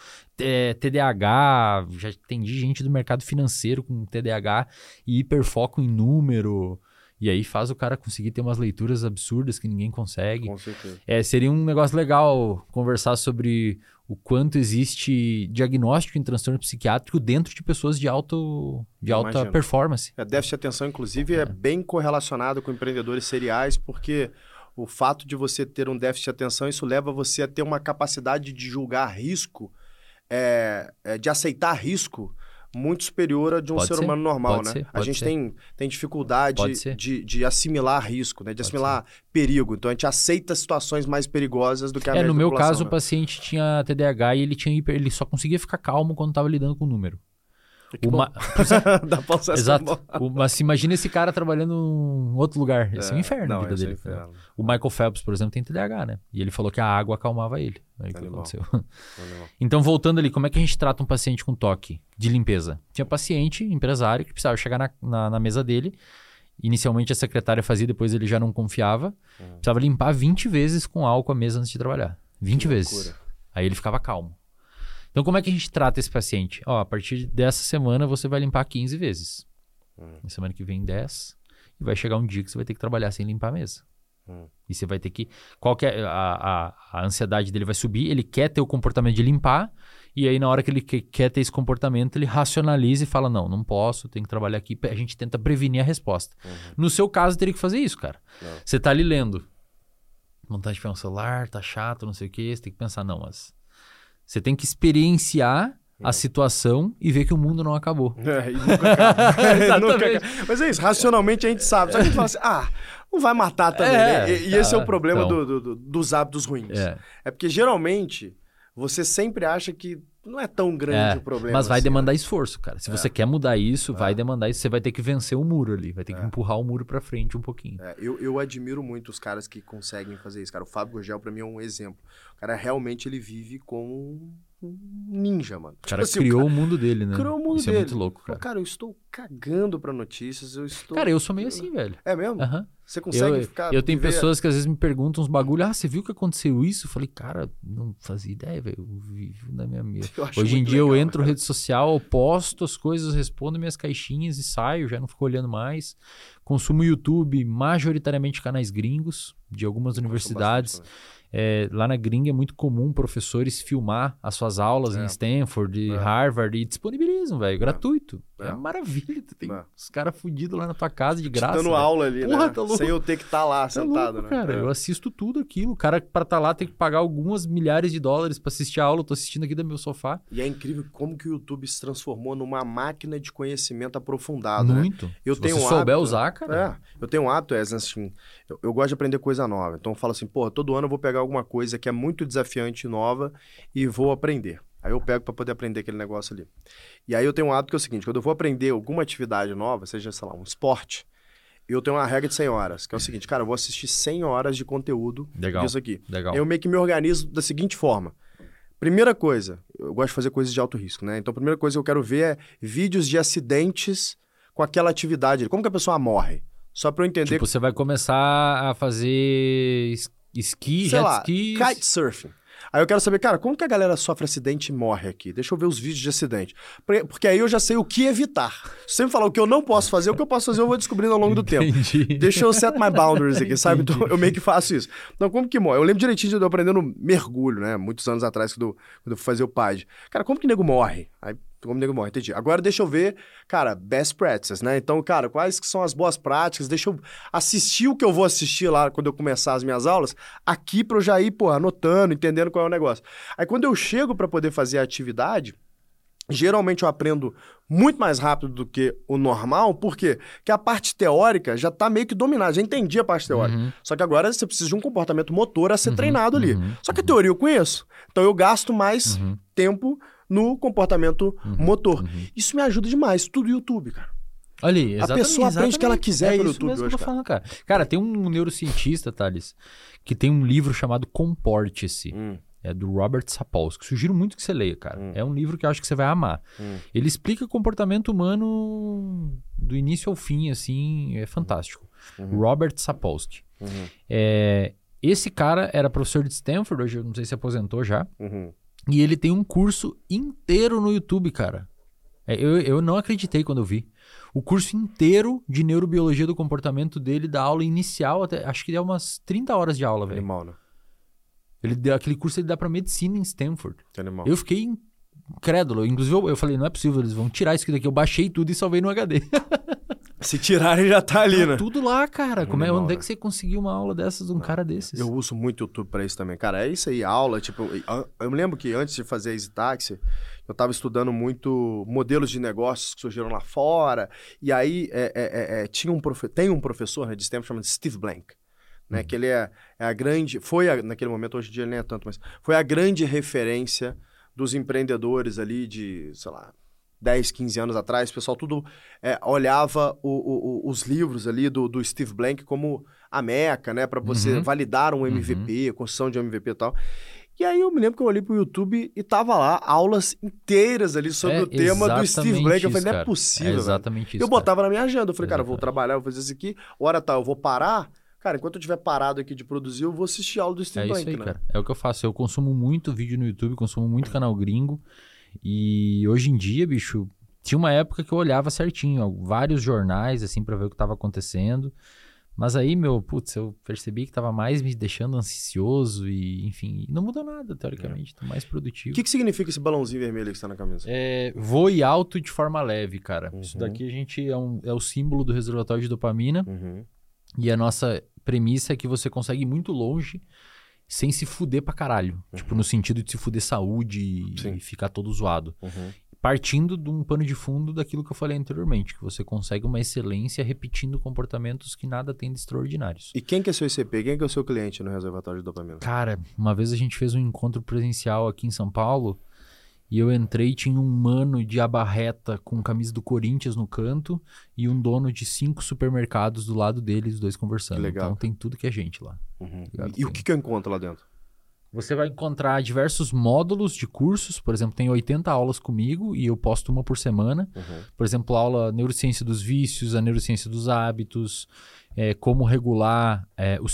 Speaker 1: TDAH, já atendi gente do mercado financeiro com TDAH e hiperfoco em número... E aí faz o cara conseguir ter umas leituras absurdas que ninguém consegue.
Speaker 2: Com certeza.
Speaker 1: Seria um negócio legal conversar sobre o quanto existe diagnóstico em transtorno psiquiátrico dentro de pessoas de alta performance.
Speaker 2: Déficit de atenção, inclusive, é bem correlacionado com empreendedores seriais, porque o fato de você ter um déficit de atenção, isso leva você a ter uma capacidade de julgar risco, de aceitar risco, muito superior a de um ser humano normal, né? A gente tem dificuldade de assimilar risco, né? De assimilar perigo. Então, a gente aceita situações mais perigosas do que a média da população.
Speaker 1: No meu caso, o paciente tinha TDAH e ele só conseguia ficar calmo quando estava lidando com o número.
Speaker 2: Dá pra usar.
Speaker 1: Exato. Mas imagina esse cara trabalhando em outro lugar. Esse é um inferno a vida dele. O Michael Phelps, por exemplo, tem TDAH, né? E ele falou que a água acalmava ele. Aí que aconteceu. Então, voltando ali, como é que a gente trata um paciente com toque de limpeza? Tinha paciente, empresário, que precisava chegar na mesa dele. Inicialmente a secretária fazia, depois ele já não confiava. Precisava limpar 20 vezes com álcool a mesa antes de trabalhar. 20 vezes. Aí ele ficava calmo. Então, como é que a gente trata esse paciente? A partir dessa semana, você vai limpar 15 vezes. Na semana que vem, 10. E vai chegar um dia que você vai ter que trabalhar sem limpar a mesa. E você vai ter que... Qual que é a ansiedade dele vai subir, ele quer ter o comportamento de limpar, e aí na hora que ele quer ter esse comportamento, ele racionaliza e fala, não posso, tenho que trabalhar aqui. A gente tenta prevenir a resposta. No seu caso, teria que fazer isso, cara. Você tá ali lendo. Vontade de pegar um celular, tá chato, não sei o quê. Você tem que pensar, mas... Você tem que experienciar a situação e ver que o mundo não acabou.
Speaker 2: E nunca acaba. Exatamente. Mas é isso, racionalmente a gente sabe. Só que a gente fala assim, não vai matar também, né? E esse é o problema dos hábitos ruins. É porque geralmente você sempre acha que não é tão grande o problema.
Speaker 1: Mas vai
Speaker 2: assim,
Speaker 1: demandar
Speaker 2: né?
Speaker 1: esforço, cara. Se você quer mudar isso, vai demandar isso. Você vai ter que vencer o muro ali. Vai ter que empurrar o muro pra frente um pouquinho.
Speaker 2: Eu admiro muito os caras que conseguem fazer isso, cara. O Fábio Gurgel, pra mim, é um exemplo. O cara realmente, ele vive como um ninja, mano.
Speaker 1: O cara criou o mundo dele, né?
Speaker 2: Criou o mundo
Speaker 1: isso
Speaker 2: dele.
Speaker 1: é muito louco, cara.
Speaker 2: Cara, eu estou cagando pra notícias,
Speaker 1: Cara, eu sou meio assim, velho.
Speaker 2: É mesmo?
Speaker 1: Aham.
Speaker 2: Você consegue ficar...
Speaker 1: Eu tenho pessoas que às vezes me perguntam uns bagulho. Ah, você viu que aconteceu isso? Eu falei, cara, não fazia ideia, velho. Eu vivo na minha mesa. Hoje em dia eu entro na rede social, eu posto as coisas, respondo minhas caixinhas e saio, já não fico olhando mais. Consumo YouTube, majoritariamente canais gringos, de algumas universidades. Lá na gringa é muito comum professores filmar as suas aulas em Stanford, Harvard, e disponibilizam, velho, gratuito. É uma maravilha. Tem os caras fudidos lá na tua casa de graça.
Speaker 2: Dando aula ali,
Speaker 1: porra,
Speaker 2: né?
Speaker 1: Tá louco.
Speaker 2: Sem eu ter que estar lá sentado,
Speaker 1: louco,
Speaker 2: né?
Speaker 1: Cara, eu assisto tudo aquilo. O cara, pra estar lá, tem que pagar algumas milhares de dólares pra assistir a aula. Eu tô assistindo aqui do meu sofá.
Speaker 2: E é incrível como que o YouTube se transformou numa máquina de conhecimento aprofundado,
Speaker 1: muito.
Speaker 2: Né? Eu
Speaker 1: Se
Speaker 2: tenho
Speaker 1: você souber usar, cara.
Speaker 2: Eu tenho um hábito, assim, eu gosto de aprender coisa nova. Então eu falo assim, pô, todo ano eu vou pegar alguma coisa que é muito desafiante e nova e vou aprender. Aí eu pego para poder aprender aquele negócio ali. E aí eu tenho um hábito que é o seguinte, quando eu vou aprender alguma atividade nova, seja, sei lá, um esporte, eu tenho uma regra de 100 horas, que é o seguinte, cara, eu vou assistir 100 horas de conteúdo disso aqui.
Speaker 1: Legal.
Speaker 2: Eu meio que me organizo da seguinte forma. Primeira coisa, eu gosto de fazer coisas de alto risco, né? Então a primeira coisa que eu quero ver é vídeos de acidentes com aquela atividade. Como que a pessoa morre? Só para eu entender...
Speaker 1: Tipo, você vai começar a fazer esqui, jet ski...
Speaker 2: kitesurfing. Aí eu quero saber, cara, como que a galera sofre acidente e morre aqui? Deixa eu ver os vídeos de acidente. Porque aí eu já sei o que evitar. Se você me falar o que eu não posso fazer, o que eu posso fazer eu vou descobrindo ao longo do tempo. Deixa eu set my boundaries aqui, sabe? Então eu meio que faço isso. Então como que morre? Eu lembro direitinho de eu aprendendo mergulho, né? Muitos anos atrás, quando eu fui fazer o PAD. Cara, como que nego morre? Aí, como nego morre, entendi. Agora deixa eu ver, cara, best practices, né? Então, cara, quais que são as boas práticas? Deixa eu assistir o que eu vou assistir lá quando eu começar as minhas aulas, aqui pra eu já ir, pô, anotando, entendendo qual é o negócio. Aí quando eu chego pra poder fazer a atividade, geralmente eu aprendo muito mais rápido do que o normal, por quê? Porque a parte teórica já tá meio que dominada, já entendi a parte teórica. Só que agora você precisa de um comportamento motor a ser treinado ali. Só que a teoria eu conheço, então eu gasto mais tempo no comportamento motor. Isso me ajuda demais, tudo YouTube, cara.
Speaker 1: Olha aí, exatamente.
Speaker 2: A pessoa aprende o que ela quiser pelo YouTube
Speaker 1: mesmo
Speaker 2: hoje,
Speaker 1: que eu tô falando, cara. Cara, tem um neurocientista, Thales, que tem um livro chamado Comporte-se. É do Robert Sapolsky. Sugiro muito que você leia, cara. É um livro que eu acho que você vai amar. Ele explica o comportamento humano do início ao fim, assim, é fantástico. Robert Sapolsky. Esse cara era professor de Stanford, hoje eu não sei se aposentou já. E ele tem um curso inteiro no YouTube, cara. Eu não acreditei quando eu vi. O curso inteiro de neurobiologia do comportamento dele, da aula inicial, até, acho que deu umas 30 horas de aula, velho.
Speaker 2: Animal, né?
Speaker 1: Aquele curso ele dá pra medicina em Stanford.
Speaker 2: Animal.
Speaker 1: Eu fiquei incrédulo. Inclusive, eu falei, não é possível, eles vão tirar isso daqui. Eu baixei tudo e salvei no HD.
Speaker 2: Se tirarem, já tá ali, né?
Speaker 1: Tudo lá, cara. Onde é
Speaker 2: né?
Speaker 1: que você conseguiu uma aula dessas de um cara desses?
Speaker 2: Eu uso muito o YouTube pra isso também. Cara, é isso aí, aula, tipo... Eu me lembro que antes de fazer a Easy Taxi, eu tava estudando muito modelos de negócios que surgiram lá fora, e aí tem um professor, né, de Stanford chamado Steve Blank, né, que ele é a grande... naquele momento, hoje em dia ele nem é tanto, mas foi a grande referência dos empreendedores ali de, sei lá, 10, 15 anos atrás, o pessoal tudo olhava os livros ali do Steve Blank como a meca, né? Para você validar um MVP, a construção de um MVP e tal. E aí eu me lembro que eu olhei pro YouTube e tava lá aulas inteiras ali sobre o tema do Steve Blank. Eu falei, não é possível,
Speaker 1: É exatamente
Speaker 2: velho.
Speaker 1: isso,
Speaker 2: Eu botava na minha agenda. Eu falei, cara, eu vou
Speaker 1: Exatamente.
Speaker 2: trabalhar, vou fazer isso aqui. Hora tá, eu vou parar. Cara, enquanto eu estiver parado aqui de produzir, eu vou assistir a aula do Steve Blank,
Speaker 1: isso aí,
Speaker 2: né?
Speaker 1: cara. É o que eu faço. Eu consumo muito vídeo no YouTube, consumo muito canal gringo. E hoje em dia, bicho, tinha uma época que eu olhava certinho, ó, vários jornais, assim, pra ver o que tava acontecendo. Mas aí, eu percebi que tava mais me deixando ansioso e, enfim, não mudou nada, teoricamente. Tô mais produtivo.
Speaker 2: O que significa esse balãozinho vermelho que está na camisa?
Speaker 1: Voe alto de forma leve, cara. Isso daqui a gente é o símbolo do reservatório de dopamina. E a nossa premissa é que você consegue ir muito longe sem se fuder pra caralho. Tipo, no sentido de se fuder saúde e ficar todo zoado. Partindo de um pano de fundo daquilo que eu falei anteriormente, que você consegue uma excelência repetindo comportamentos que nada tem de extraordinários.
Speaker 2: E quem que é seu ICP? Quem que é o seu cliente no reservatório de dopamina?
Speaker 1: Cara, uma vez a gente fez um encontro presencial aqui em São Paulo E eu entrei e tinha um mano de abarreta com camisa do Corinthians no canto e um dono de 5 supermercados do lado dele, os dois conversando.
Speaker 2: Legal.
Speaker 1: Então tem tudo que é gente lá.
Speaker 2: E o que eu encontro lá dentro?
Speaker 1: Você vai encontrar diversos módulos de cursos. Por exemplo, tem 80 aulas comigo e eu posto uma por semana. Por exemplo, a aula Neurociência dos Vícios, a Neurociência dos Hábitos, como regular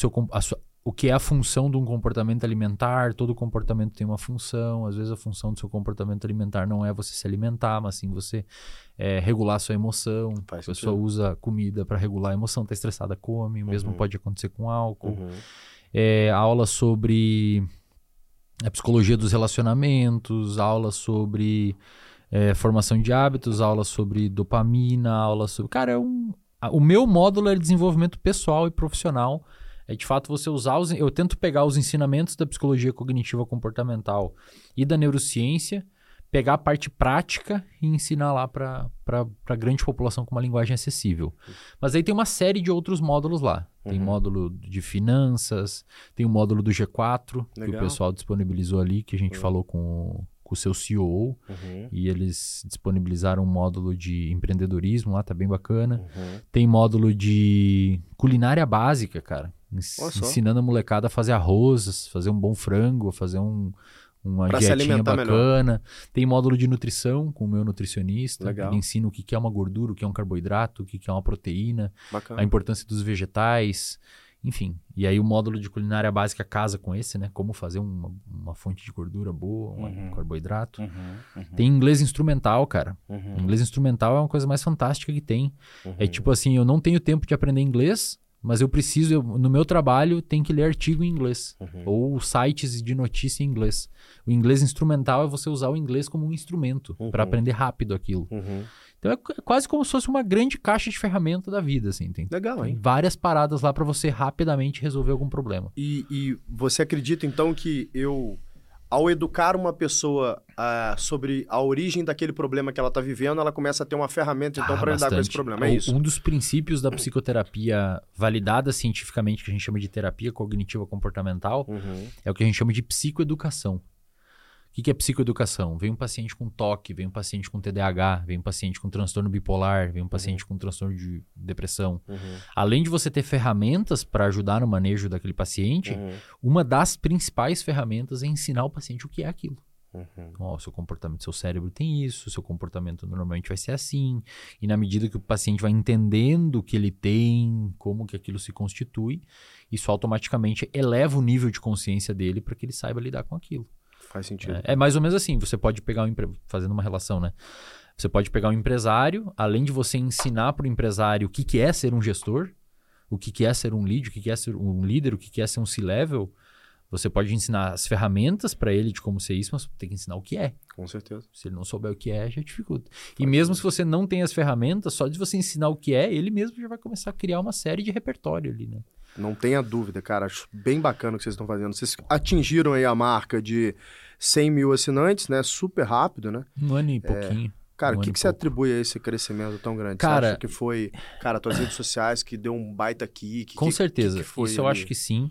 Speaker 1: o que é a função de um comportamento alimentar. Todo comportamento tem uma função. Às vezes a função do seu comportamento alimentar não é você se alimentar, mas sim você regular a sua emoção. A pessoa usa comida para regular a emoção. Está estressada, come. O mesmo pode acontecer com álcool. Aula sobre a psicologia dos relacionamentos, aula sobre formação de hábitos, aula sobre dopamina, aula sobre... Cara, o meu módulo é desenvolvimento pessoal e profissional. É de fato você usar... Eu tento pegar os ensinamentos da psicologia cognitiva comportamental e da neurociência, pegar a parte prática e ensinar lá para a grande população com uma linguagem acessível. Mas aí tem uma série de outros módulos lá. Tem módulo de finanças, tem o módulo do G4, que o pessoal disponibilizou ali, que a gente falou com o seu CEO, e eles disponibilizaram um módulo de empreendedorismo lá, tá bem bacana. Tem módulo de culinária básica, cara. Ensinando a molecada a fazer arroz, fazer um bom frango, fazer uma
Speaker 2: pra
Speaker 1: dietinha bacana.
Speaker 2: Melhor.
Speaker 1: Tem módulo de nutrição com o meu nutricionista.
Speaker 2: Legal.
Speaker 1: Ele ensina o que é uma gordura, o que é um carboidrato, o que é uma proteína,
Speaker 2: Bacana.
Speaker 1: a importância dos vegetais, enfim. E aí o módulo de culinária básica casa com esse, né? Como fazer uma fonte de gordura boa, um carboidrato. Tem inglês instrumental, cara. Inglês instrumental é uma coisa mais fantástica que tem. É tipo assim, eu não tenho tempo de aprender inglês, mas eu preciso, no meu trabalho, tem que ler artigo em inglês. Ou sites de notícia em inglês. O inglês instrumental é você usar o inglês como um instrumento para aprender rápido aquilo. Então é quase como se fosse uma grande caixa de ferramenta da vida, assim. Tem várias paradas lá para você rapidamente resolver algum problema.
Speaker 2: E você acredita, então, que ao educar uma pessoa sobre a origem daquele problema que ela está vivendo, ela começa a ter uma ferramenta, então, para lidar com esse problema, é isso?
Speaker 1: Um dos princípios da psicoterapia validada cientificamente, que a gente chama de terapia cognitiva comportamental, é o que a gente chama de psicoeducação. O que é psicoeducação? Vem um paciente com TOC, vem um paciente com TDAH, vem um paciente com transtorno bipolar, vem um paciente com transtorno de depressão. Além de você ter ferramentas para ajudar no manejo daquele paciente, uma das principais ferramentas é ensinar o paciente o que é aquilo. Seu comportamento, seu cérebro tem isso, seu comportamento normalmente vai ser assim. E na medida que o paciente vai entendendo o que ele tem, como que aquilo se constitui, isso automaticamente eleva o nível de consciência dele para que ele saiba lidar com aquilo.
Speaker 2: Faz sentido.
Speaker 1: É mais ou menos assim, você pode pegar fazendo uma relação, né? Você pode pegar um empresário, além de você ensinar para o empresário o que é ser um gestor, o que é ser um lead, o que é ser um líder, o que é ser um C-level, você pode ensinar as ferramentas para ele de como ser isso, mas tem que ensinar o que é.
Speaker 2: Com certeza.
Speaker 1: Se ele não souber o que é, já dificulta. E mesmo se você não tem as ferramentas, só de você ensinar o que é, ele mesmo já vai começar a criar uma série de repertório ali, né?
Speaker 2: Não tenha dúvida, cara. Acho bem bacana o que vocês estão fazendo. Vocês atingiram aí a marca de 100 mil assinantes, né? Super rápido, né?
Speaker 1: Um ano e pouquinho.
Speaker 2: Cara, o que você atribui a esse crescimento tão grande?
Speaker 1: Cara,
Speaker 2: você acha que foi, tuas redes sociais que deu um baita kick?
Speaker 1: Com certeza.
Speaker 2: Que foi
Speaker 1: isso
Speaker 2: ali?
Speaker 1: eu acho que sim.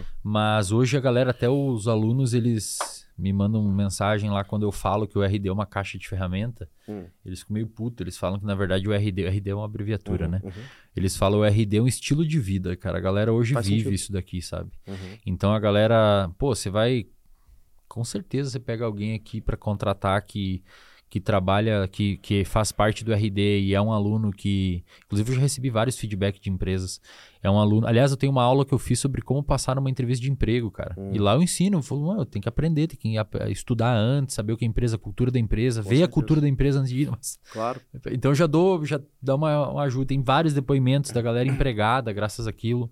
Speaker 1: Mas hoje a galera, até os alunos, eles me mandam mensagem lá quando eu falo que o RD é uma caixa de ferramenta. Eles ficam meio putos. Eles falam que, na verdade, o RD é uma abreviatura, né? Eles falam o RD é um estilo de vida, cara. A galera hoje vive isso daqui, sabe? Então a galera... você vai... Com certeza você pega alguém aqui para contratar que trabalha, que faz parte do RD e é um aluno que... Inclusive, eu já recebi vários feedbacks de empresas. É um aluno... Aliás, eu tenho uma aula que eu fiz sobre como passar numa entrevista de emprego, cara. E lá eu ensino. Eu falo, eu tenho que aprender, tem que estudar antes, saber o que é a empresa, a cultura da empresa, ver a cultura da empresa antes de ir. Mas...
Speaker 2: Claro.
Speaker 1: Então, já dá uma ajuda. Tem vários depoimentos da galera empregada, graças àquilo.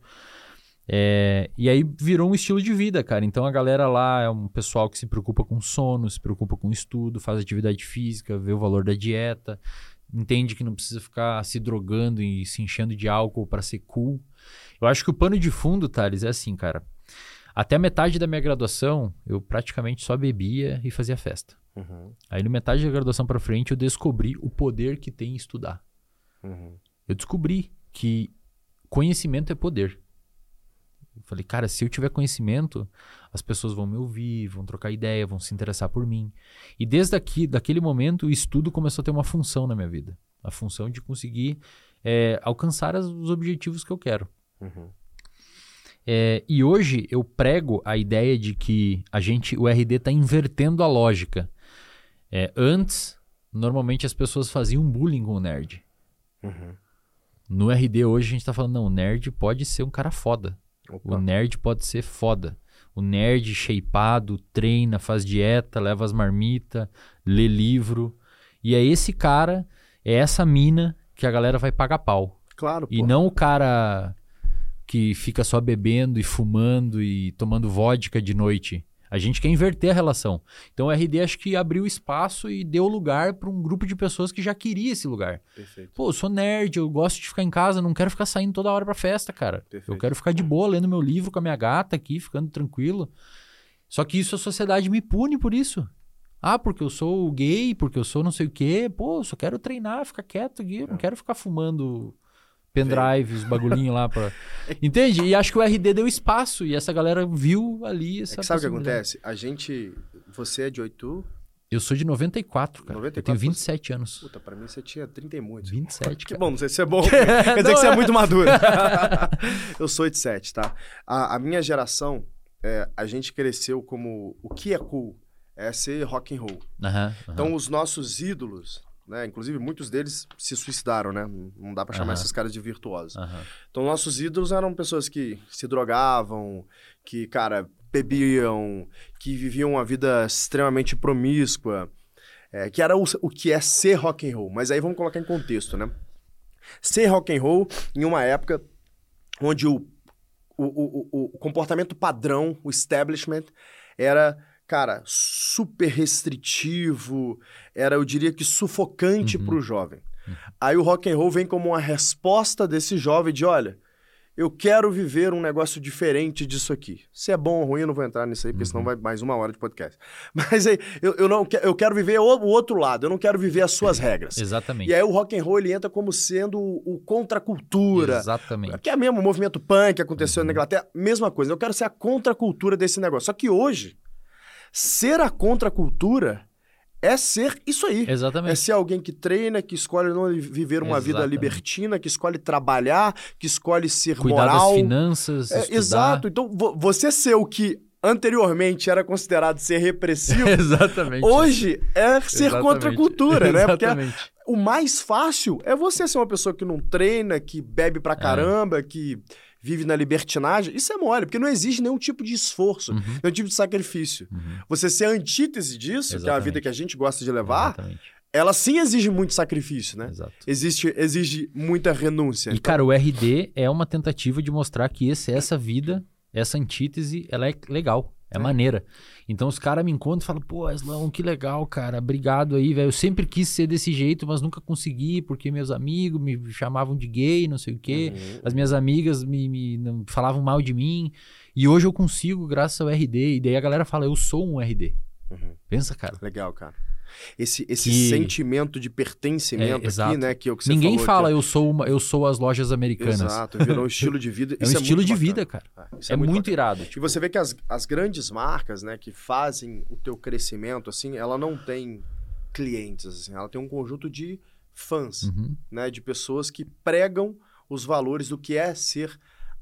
Speaker 1: E aí virou um estilo de vida, cara. Então a galera lá é um pessoal que se preocupa com sono, se preocupa com estudo, faz atividade física, vê o valor da dieta, entende que não precisa ficar se drogando e se enchendo de álcool para ser cool. Eu acho que o pano de fundo, Thales, é assim, cara. Até a metade da minha graduação, eu praticamente só bebia e fazia festa. Aí, no metade da graduação para frente, eu descobri o poder que tem em estudar. Eu descobri que conhecimento é poder. Eu falei, cara, se eu tiver conhecimento, as pessoas vão me ouvir, vão trocar ideia, vão se interessar por mim. E daquele momento, o estudo começou a ter uma função na minha vida. A função de conseguir alcançar os objetivos que eu quero.
Speaker 2: Uhum.
Speaker 1: E hoje eu prego a ideia de que o RD está invertendo a lógica. Antes, normalmente as pessoas faziam bullying com o nerd.
Speaker 2: Uhum.
Speaker 1: No RD hoje a gente está falando, não, o nerd pode ser um cara foda.
Speaker 2: Opa.
Speaker 1: O nerd pode ser foda. O nerd shapeado, treina, faz dieta, leva as marmitas, lê livro. E é esse cara, é essa mina que a galera vai pagar pau.
Speaker 2: Claro, pô.
Speaker 1: E não o cara que fica só bebendo e fumando e tomando vodka de noite. A gente quer inverter a relação. Então o RD acho que abriu espaço e deu lugar para um grupo de pessoas que já queria esse lugar.
Speaker 2: Perfeito.
Speaker 1: Pô, eu sou nerd, eu gosto de ficar em casa, não quero ficar saindo toda hora pra festa, cara.
Speaker 2: Perfeito.
Speaker 1: Eu quero ficar de boa lendo meu livro com a minha gata aqui, ficando tranquilo. Só que isso a sociedade me pune por isso. Ah, porque eu sou gay, porque eu sou não sei o quê. Pô, eu só quero treinar, ficar quieto aqui. Eu não quero ficar fumando pendrive, os bagulhinhos lá pra... Entende? E acho que o RD deu espaço e essa galera viu ali essa
Speaker 2: sabe o que
Speaker 1: possibilidade.
Speaker 2: acontece? Você é de 8?
Speaker 1: Eu sou de 94, cara.
Speaker 2: 94,
Speaker 1: eu tenho 27 anos.
Speaker 2: Puta, pra mim você tinha 30 e muitos.
Speaker 1: 27,
Speaker 2: Que
Speaker 1: cara.
Speaker 2: bom, não sei se é bom. Quer dizer que você é muito maduro. Eu sou 87, tá? A minha geração, a gente cresceu como... O que é cool é ser rock and roll. Então, os nossos ídolos... Né? Inclusive, muitos deles se suicidaram, né? Não dá pra chamar esses caras de virtuosos. Então, nossos ídolos eram pessoas que se drogavam, que, cara, bebiam, que viviam uma vida extremamente promíscua, que era o que é ser rock and roll. Mas aí vamos colocar em contexto, né? Ser rock and roll em uma época onde o comportamento padrão, o establishment, era... Cara, super restritivo, eu diria que sufocante pro jovem. Aí o rock and roll vem como uma resposta desse jovem de, olha, eu quero viver um negócio diferente disso aqui. Se é bom ou ruim, eu não vou entrar nisso aí, porque senão vai mais 1 hora de podcast. Mas aí, eu quero viver o outro lado, eu não quero viver as suas regras.
Speaker 1: Exatamente.
Speaker 2: E aí o rock and roll, ele entra como sendo o contracultura.
Speaker 1: Exatamente.
Speaker 2: Que é mesmo o movimento punk que aconteceu na Inglaterra, mesma coisa. Eu quero ser a contracultura desse negócio. Só que hoje... Ser a contracultura é ser isso aí.
Speaker 1: Exatamente.
Speaker 2: É ser alguém que treina, que escolhe não viver uma vida libertina, que escolhe trabalhar, que escolhe ser
Speaker 1: cuidar
Speaker 2: moral.
Speaker 1: Das finanças, estudar.
Speaker 2: Exato. Então, você ser o que anteriormente era considerado ser repressivo,
Speaker 1: exatamente.
Speaker 2: Hoje é ser
Speaker 1: exatamente.
Speaker 2: Contracultura, né? Porque
Speaker 1: exatamente.
Speaker 2: O mais fácil é você ser uma pessoa que não treina, que bebe pra caramba, que... vive na libertinagem, isso é mole, porque não exige nenhum tipo de esforço, nenhum tipo de sacrifício. Você ser a antítese disso, que é a vida que a gente gosta de levar, ela sim exige muito sacrifício, né?
Speaker 1: Exato.
Speaker 2: Exige muita renúncia.
Speaker 1: E, cara, o RD é uma tentativa de mostrar que essa vida, essa antítese, ela é legal, é maneira. Então os caras me encontram e falam, pô, Eslão, que legal, cara, obrigado aí, velho. Eu sempre quis ser desse jeito, mas nunca consegui, porque meus amigos me chamavam de gay, não sei o quê. As minhas amigas me falavam mal de mim. E hoje eu consigo, graças ao RD. E daí a galera fala, eu sou um RD. Pensa, cara.
Speaker 2: Legal, cara. Esse sentimento de pertencimento aqui, né? Que é o que você
Speaker 1: Ninguém
Speaker 2: falou,
Speaker 1: fala, eu sou as lojas americanas.
Speaker 2: Exato, virou um estilo de vida.
Speaker 1: É um estilo de vida, cara.
Speaker 2: Isso
Speaker 1: é muito irado.
Speaker 2: E você vê que as grandes marcas, né, que fazem o teu crescimento, assim, ela não tem clientes, assim, ela tem um conjunto de fãs, né, de pessoas que pregam os valores do que é ser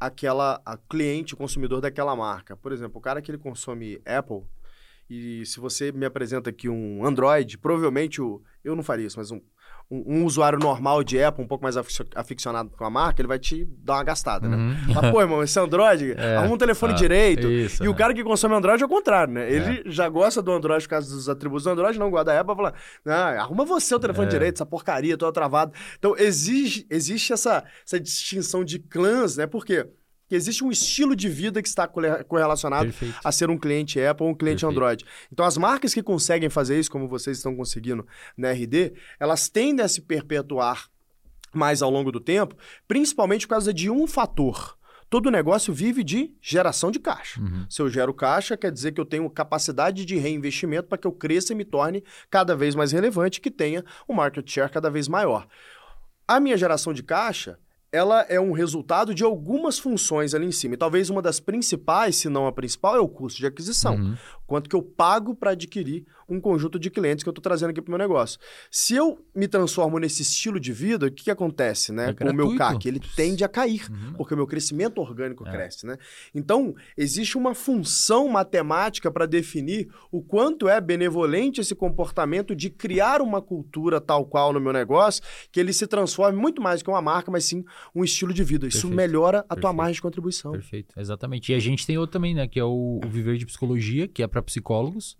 Speaker 2: a cliente, o consumidor daquela marca. Por exemplo, o cara que ele consome Apple, e se você me apresenta aqui um Android, provavelmente eu não faria isso, mas um usuário normal de Apple, um pouco mais aficionado com a marca, ele vai te dar uma gastada, né? Mas, pô, irmão, esse Android, arruma um telefone direito.
Speaker 1: Isso,
Speaker 2: e o cara que consome Android é o contrário, né? Ele já gosta do Android por causa dos atributos do Android, não gosta da Apple, fala, não, arruma você o telefone direito, essa porcaria toda travada. Então, existe essa distinção de clãs, né? Por quê? Que existe um estilo de vida que está correlacionado a ser um cliente Apple ou um cliente Android. Então, as marcas que conseguem fazer isso, como vocês estão conseguindo na RD, elas tendem a se perpetuar mais ao longo do tempo, principalmente por causa de um fator. Todo negócio vive de geração de caixa. Se eu gero caixa, quer dizer que eu tenho capacidade de reinvestimento para que eu cresça e me torne cada vez mais relevante, que tenha um market share cada vez maior. A minha geração de caixa ela é um resultado de algumas funções ali em cima. E talvez uma das principais, se não a principal, é o custo de aquisição. Quanto que eu pago para adquirir um conjunto de clientes que eu estou trazendo aqui para o meu negócio. Se eu me transformo nesse estilo de vida, o que acontece, né? Com o meu CAC? Ele tende a cair, porque o meu crescimento orgânico cresce, né? Então, existe uma função matemática para definir o quanto é benevolente esse comportamento de criar uma cultura tal qual no meu negócio, que ele se transforme muito mais do que uma marca, mas sim um estilo de vida. Isso melhora a tua margem de contribuição.
Speaker 1: Perfeito, exatamente. E a gente tem outro também, né? Que é o Viver de Psicologia, que é para psicólogos.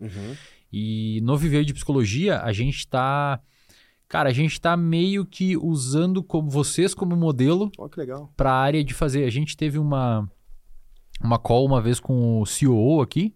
Speaker 1: E no Viver de Psicologia, a gente tá... Cara, a gente tá meio que usando vocês como modelo
Speaker 2: que legal.
Speaker 1: Para a área de fazer. A gente teve uma call uma vez com o COO aqui,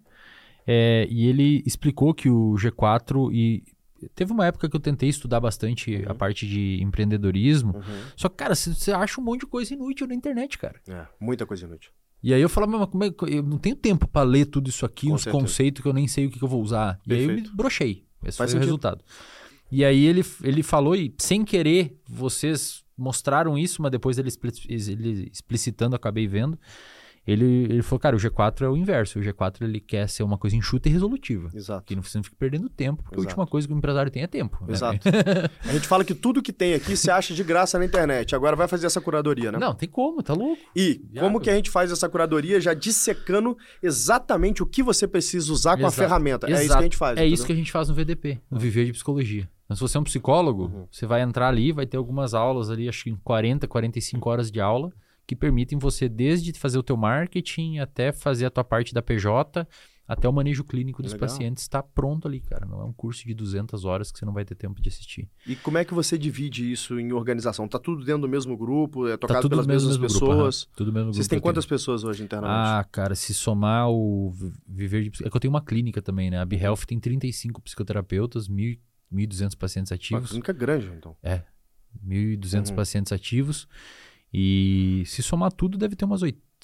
Speaker 1: e ele explicou que o G4... Teve uma época que eu tentei estudar bastante a parte de empreendedorismo. Só que, cara, você acha um monte de coisa inútil na internet, cara.
Speaker 2: Muita coisa inútil.
Speaker 1: E aí eu falava, mas como é que eu não tenho tempo para ler tudo isso aqui, uns conceitos que eu nem sei o que eu vou usar.
Speaker 2: Perfeito.
Speaker 1: E aí eu me brochei. Esse
Speaker 2: Faz
Speaker 1: foi
Speaker 2: sentido.
Speaker 1: o resultado. E aí ele falou, e sem querer, vocês mostraram isso, mas depois ele explicitando, acabei vendo. Ele falou, cara, o G4 é o inverso. O G4 ele quer ser uma coisa enxuta e resolutiva.
Speaker 2: Exato.
Speaker 1: Que você não fique perdendo tempo, porque a última coisa que o empresário tem é tempo.
Speaker 2: Exato. Né? A gente fala que tudo que tem aqui se acha de graça na internet. Agora vai fazer essa curadoria, né?
Speaker 1: Não, tem como, tá louco.
Speaker 2: E como que a gente faz essa curadoria já dissecando exatamente o que você precisa usar com a ferramenta. É isso que a gente faz.
Speaker 1: Isso que a gente faz no VDP, no Viver de Psicologia. Então, se você é um psicólogo, você vai entrar ali, vai ter algumas aulas ali, acho que em 40, 45 horas de aula, que permitem você desde fazer o teu marketing até fazer a tua parte da PJ, até o manejo clínico dos pacientes, está pronto ali, cara. Não é um curso de 200 horas que você não vai ter tempo de assistir.
Speaker 2: E como é que você divide isso em organização? Tá tudo dentro do mesmo grupo? É tocado pelas mesmas pessoas?
Speaker 1: Tudo mesmo grupo.
Speaker 2: Vocês têm quantas pessoas hoje internamente?
Speaker 1: Ah, cara, se somar o Viver de... É que eu tenho uma clínica também, né? A BeHealth tem 35 psicoterapeutas, 1.200 pacientes ativos.
Speaker 2: Uma clínica grande, então.
Speaker 1: 1.200 pacientes ativos. E se somar tudo, deve ter umas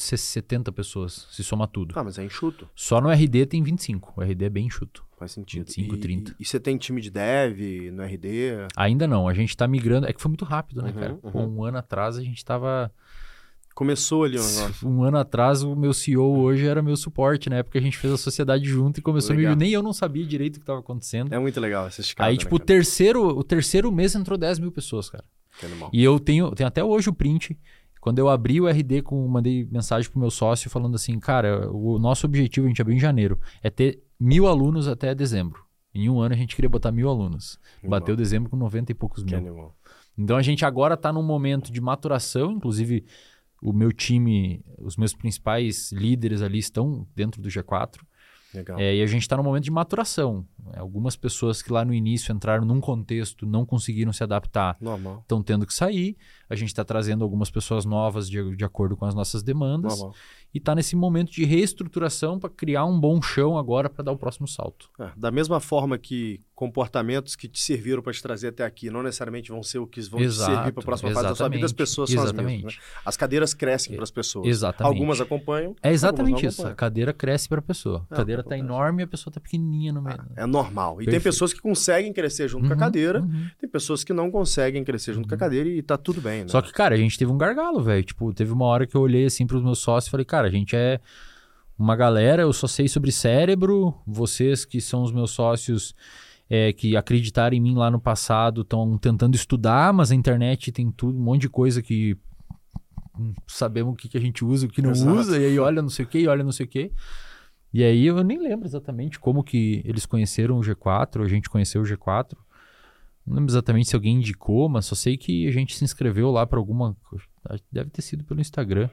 Speaker 1: 70 pessoas, se somar tudo.
Speaker 2: Ah, mas é enxuto.
Speaker 1: Só no RD tem 25. O RD é bem enxuto.
Speaker 2: Faz sentido.
Speaker 1: 25, 30.
Speaker 2: E você tem time de dev no RD?
Speaker 1: Ainda não. A gente tá migrando. É que foi muito rápido, né, cara? Um ano atrás a gente tava...
Speaker 2: Começou ali o negócio.
Speaker 1: Um ano atrás o meu CEO hoje era meu suporte, né? Porque a gente fez a sociedade junto e começou meio... Nem eu não sabia direito o que estava acontecendo.
Speaker 2: É muito legal essa escada.
Speaker 1: Aí, tipo, o terceiro mês entrou 10 mil pessoas, cara.
Speaker 2: Que animal.
Speaker 1: E eu tenho até hoje o print. Quando eu abri o RD, mandei mensagem pro meu sócio falando assim, cara, o nosso objetivo, a gente abriu em janeiro, é ter 1.000 alunos até dezembro. Em um ano a gente queria botar 1.000 alunos. Bateu dezembro com 90 e poucos mil.
Speaker 2: Animal.
Speaker 1: Então a gente agora está num momento de maturação, inclusive o meu time, os meus principais líderes ali estão dentro do G4.
Speaker 2: Legal.
Speaker 1: E a gente está num momento de maturação. Algumas pessoas que lá no início entraram num contexto, não conseguiram se adaptar, estão tendo que sair. A gente está trazendo algumas pessoas novas de acordo com as nossas demandas.
Speaker 2: Normal.
Speaker 1: E está nesse momento de reestruturação para criar um bom chão agora para dar o próximo salto.
Speaker 2: Da mesma forma que comportamentos que te serviram para te trazer até aqui não necessariamente vão ser o que vão te servir para a próxima fase da sua vida, as pessoas são as mesmas. Né? As cadeiras crescem para as pessoas.
Speaker 1: Exatamente.
Speaker 2: Algumas acompanham.
Speaker 1: É exatamente isso. A cadeira cresce para a pessoa. A cadeira está enorme e a pessoa está pequenininha no meio.
Speaker 2: É normal. E tem pessoas que conseguem crescer junto com a cadeira, tem pessoas que não conseguem crescer junto com a cadeira e tá tudo bem. Né?
Speaker 1: Só que, cara, a gente teve um gargalo, velho. Tipo, teve uma hora que eu olhei assim para os meus sócios e falei, cara, a gente é uma galera, eu só sei sobre cérebro, vocês que são os meus sócios que acreditaram em mim lá no passado estão tentando estudar, mas a internet tem tudo, um monte de coisa que sabemos o que a gente usa, o que não usa, e aí olha não sei o que, olha não sei o que. E aí eu nem lembro exatamente como que eles conheceram o G4, a gente conheceu o G4. Não lembro exatamente se alguém indicou, mas só sei que a gente se inscreveu lá para alguma... Deve ter sido pelo Instagram.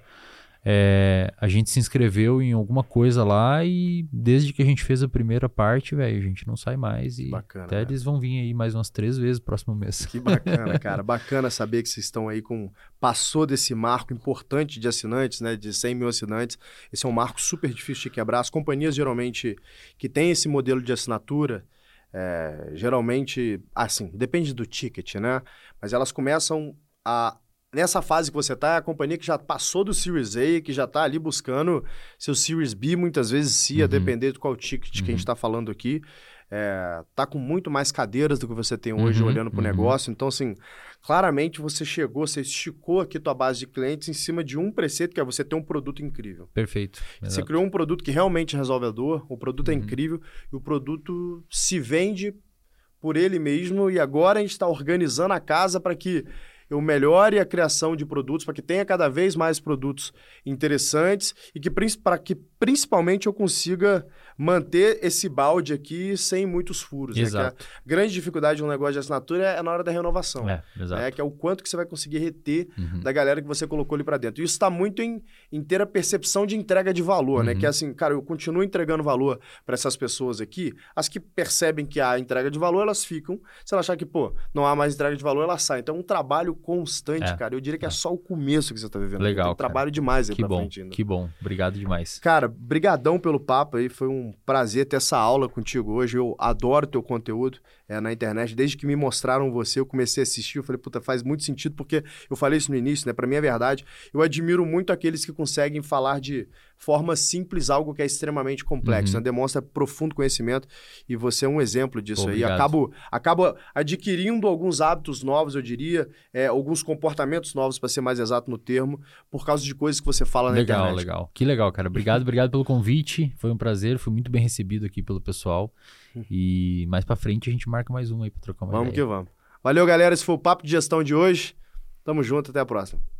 Speaker 1: A gente se inscreveu em alguma coisa lá e desde que a gente fez a primeira parte, velho, a gente não sai mais. E
Speaker 2: bacana,
Speaker 1: até eles vão vir aí mais umas 3 vezes no próximo mês.
Speaker 2: Que bacana, cara. Bacana saber que vocês estão aí passou desse marco importante de assinantes, né? De 100 mil assinantes. Esse é um marco super difícil de quebrar. As companhias, geralmente, que têm esse modelo de assinatura, geralmente, assim, depende do ticket, né? Mas elas começam nessa fase que você está, é a companhia que já passou do Series A, que já está ali buscando seu Series B, muitas vezes C, a depender de qual ticket que a gente está falando aqui. tá com muito mais cadeiras do que você tem hoje olhando para o negócio. Então, assim, claramente você esticou aqui tua base de clientes em cima de um preceito, que é você ter um produto incrível.
Speaker 1: Perfeito.
Speaker 2: Você criou um produto que realmente resolve a dor, o produto é incrível e o produto se vende por ele mesmo, e agora a gente está organizando a casa para que eu melhore a criação de produtos, para que tenha cada vez mais produtos interessantes e para que principalmente eu consiga manter esse balde aqui sem muitos furos.
Speaker 1: Exato.
Speaker 2: Né? Que a grande dificuldade de um negócio de assinatura é na hora da renovação.
Speaker 1: Exato.
Speaker 2: Que é o quanto que você vai conseguir reter da galera que você colocou ali para dentro. E isso está muito em ter a percepção de entrega de valor, né? Que é assim, cara, eu continuo entregando valor para essas pessoas aqui. As que percebem que há entrega de valor, elas ficam. Se ela achar que, não há mais entrega de valor, ela sai. Então, é um trabalho constante, cara. Eu diria que é só o começo que você está vivendo.
Speaker 1: Legal,
Speaker 2: tem trabalho demais aí pra
Speaker 1: bom,
Speaker 2: frente ainda.
Speaker 1: Que bom. Obrigado demais.
Speaker 2: Cara, brigadão pelo papo aí. Foi um prazer ter essa aula contigo hoje. Eu adoro teu conteúdo na internet. Desde que me mostraram você, eu comecei a assistir. Eu falei, faz muito sentido, porque eu falei isso no início, né? Pra mim é verdade. Eu admiro muito aqueles que conseguem falar de forma simples algo que é extremamente complexo, né? Demonstra profundo conhecimento e você é um exemplo disso aí. Acabo adquirindo alguns hábitos novos, eu diria, alguns comportamentos novos, para ser mais exato no termo, por causa de coisas que você fala na internet.
Speaker 1: Legal. Que legal, cara. Obrigado pelo convite. Foi um prazer, fui muito bem recebido aqui pelo pessoal. E mais pra frente a gente marca mais um aí pra trocar uma ideia.
Speaker 2: Vamos que vamos. Valeu, galera. Esse foi o Papo de Gestão de hoje. Tamo junto, até a próxima.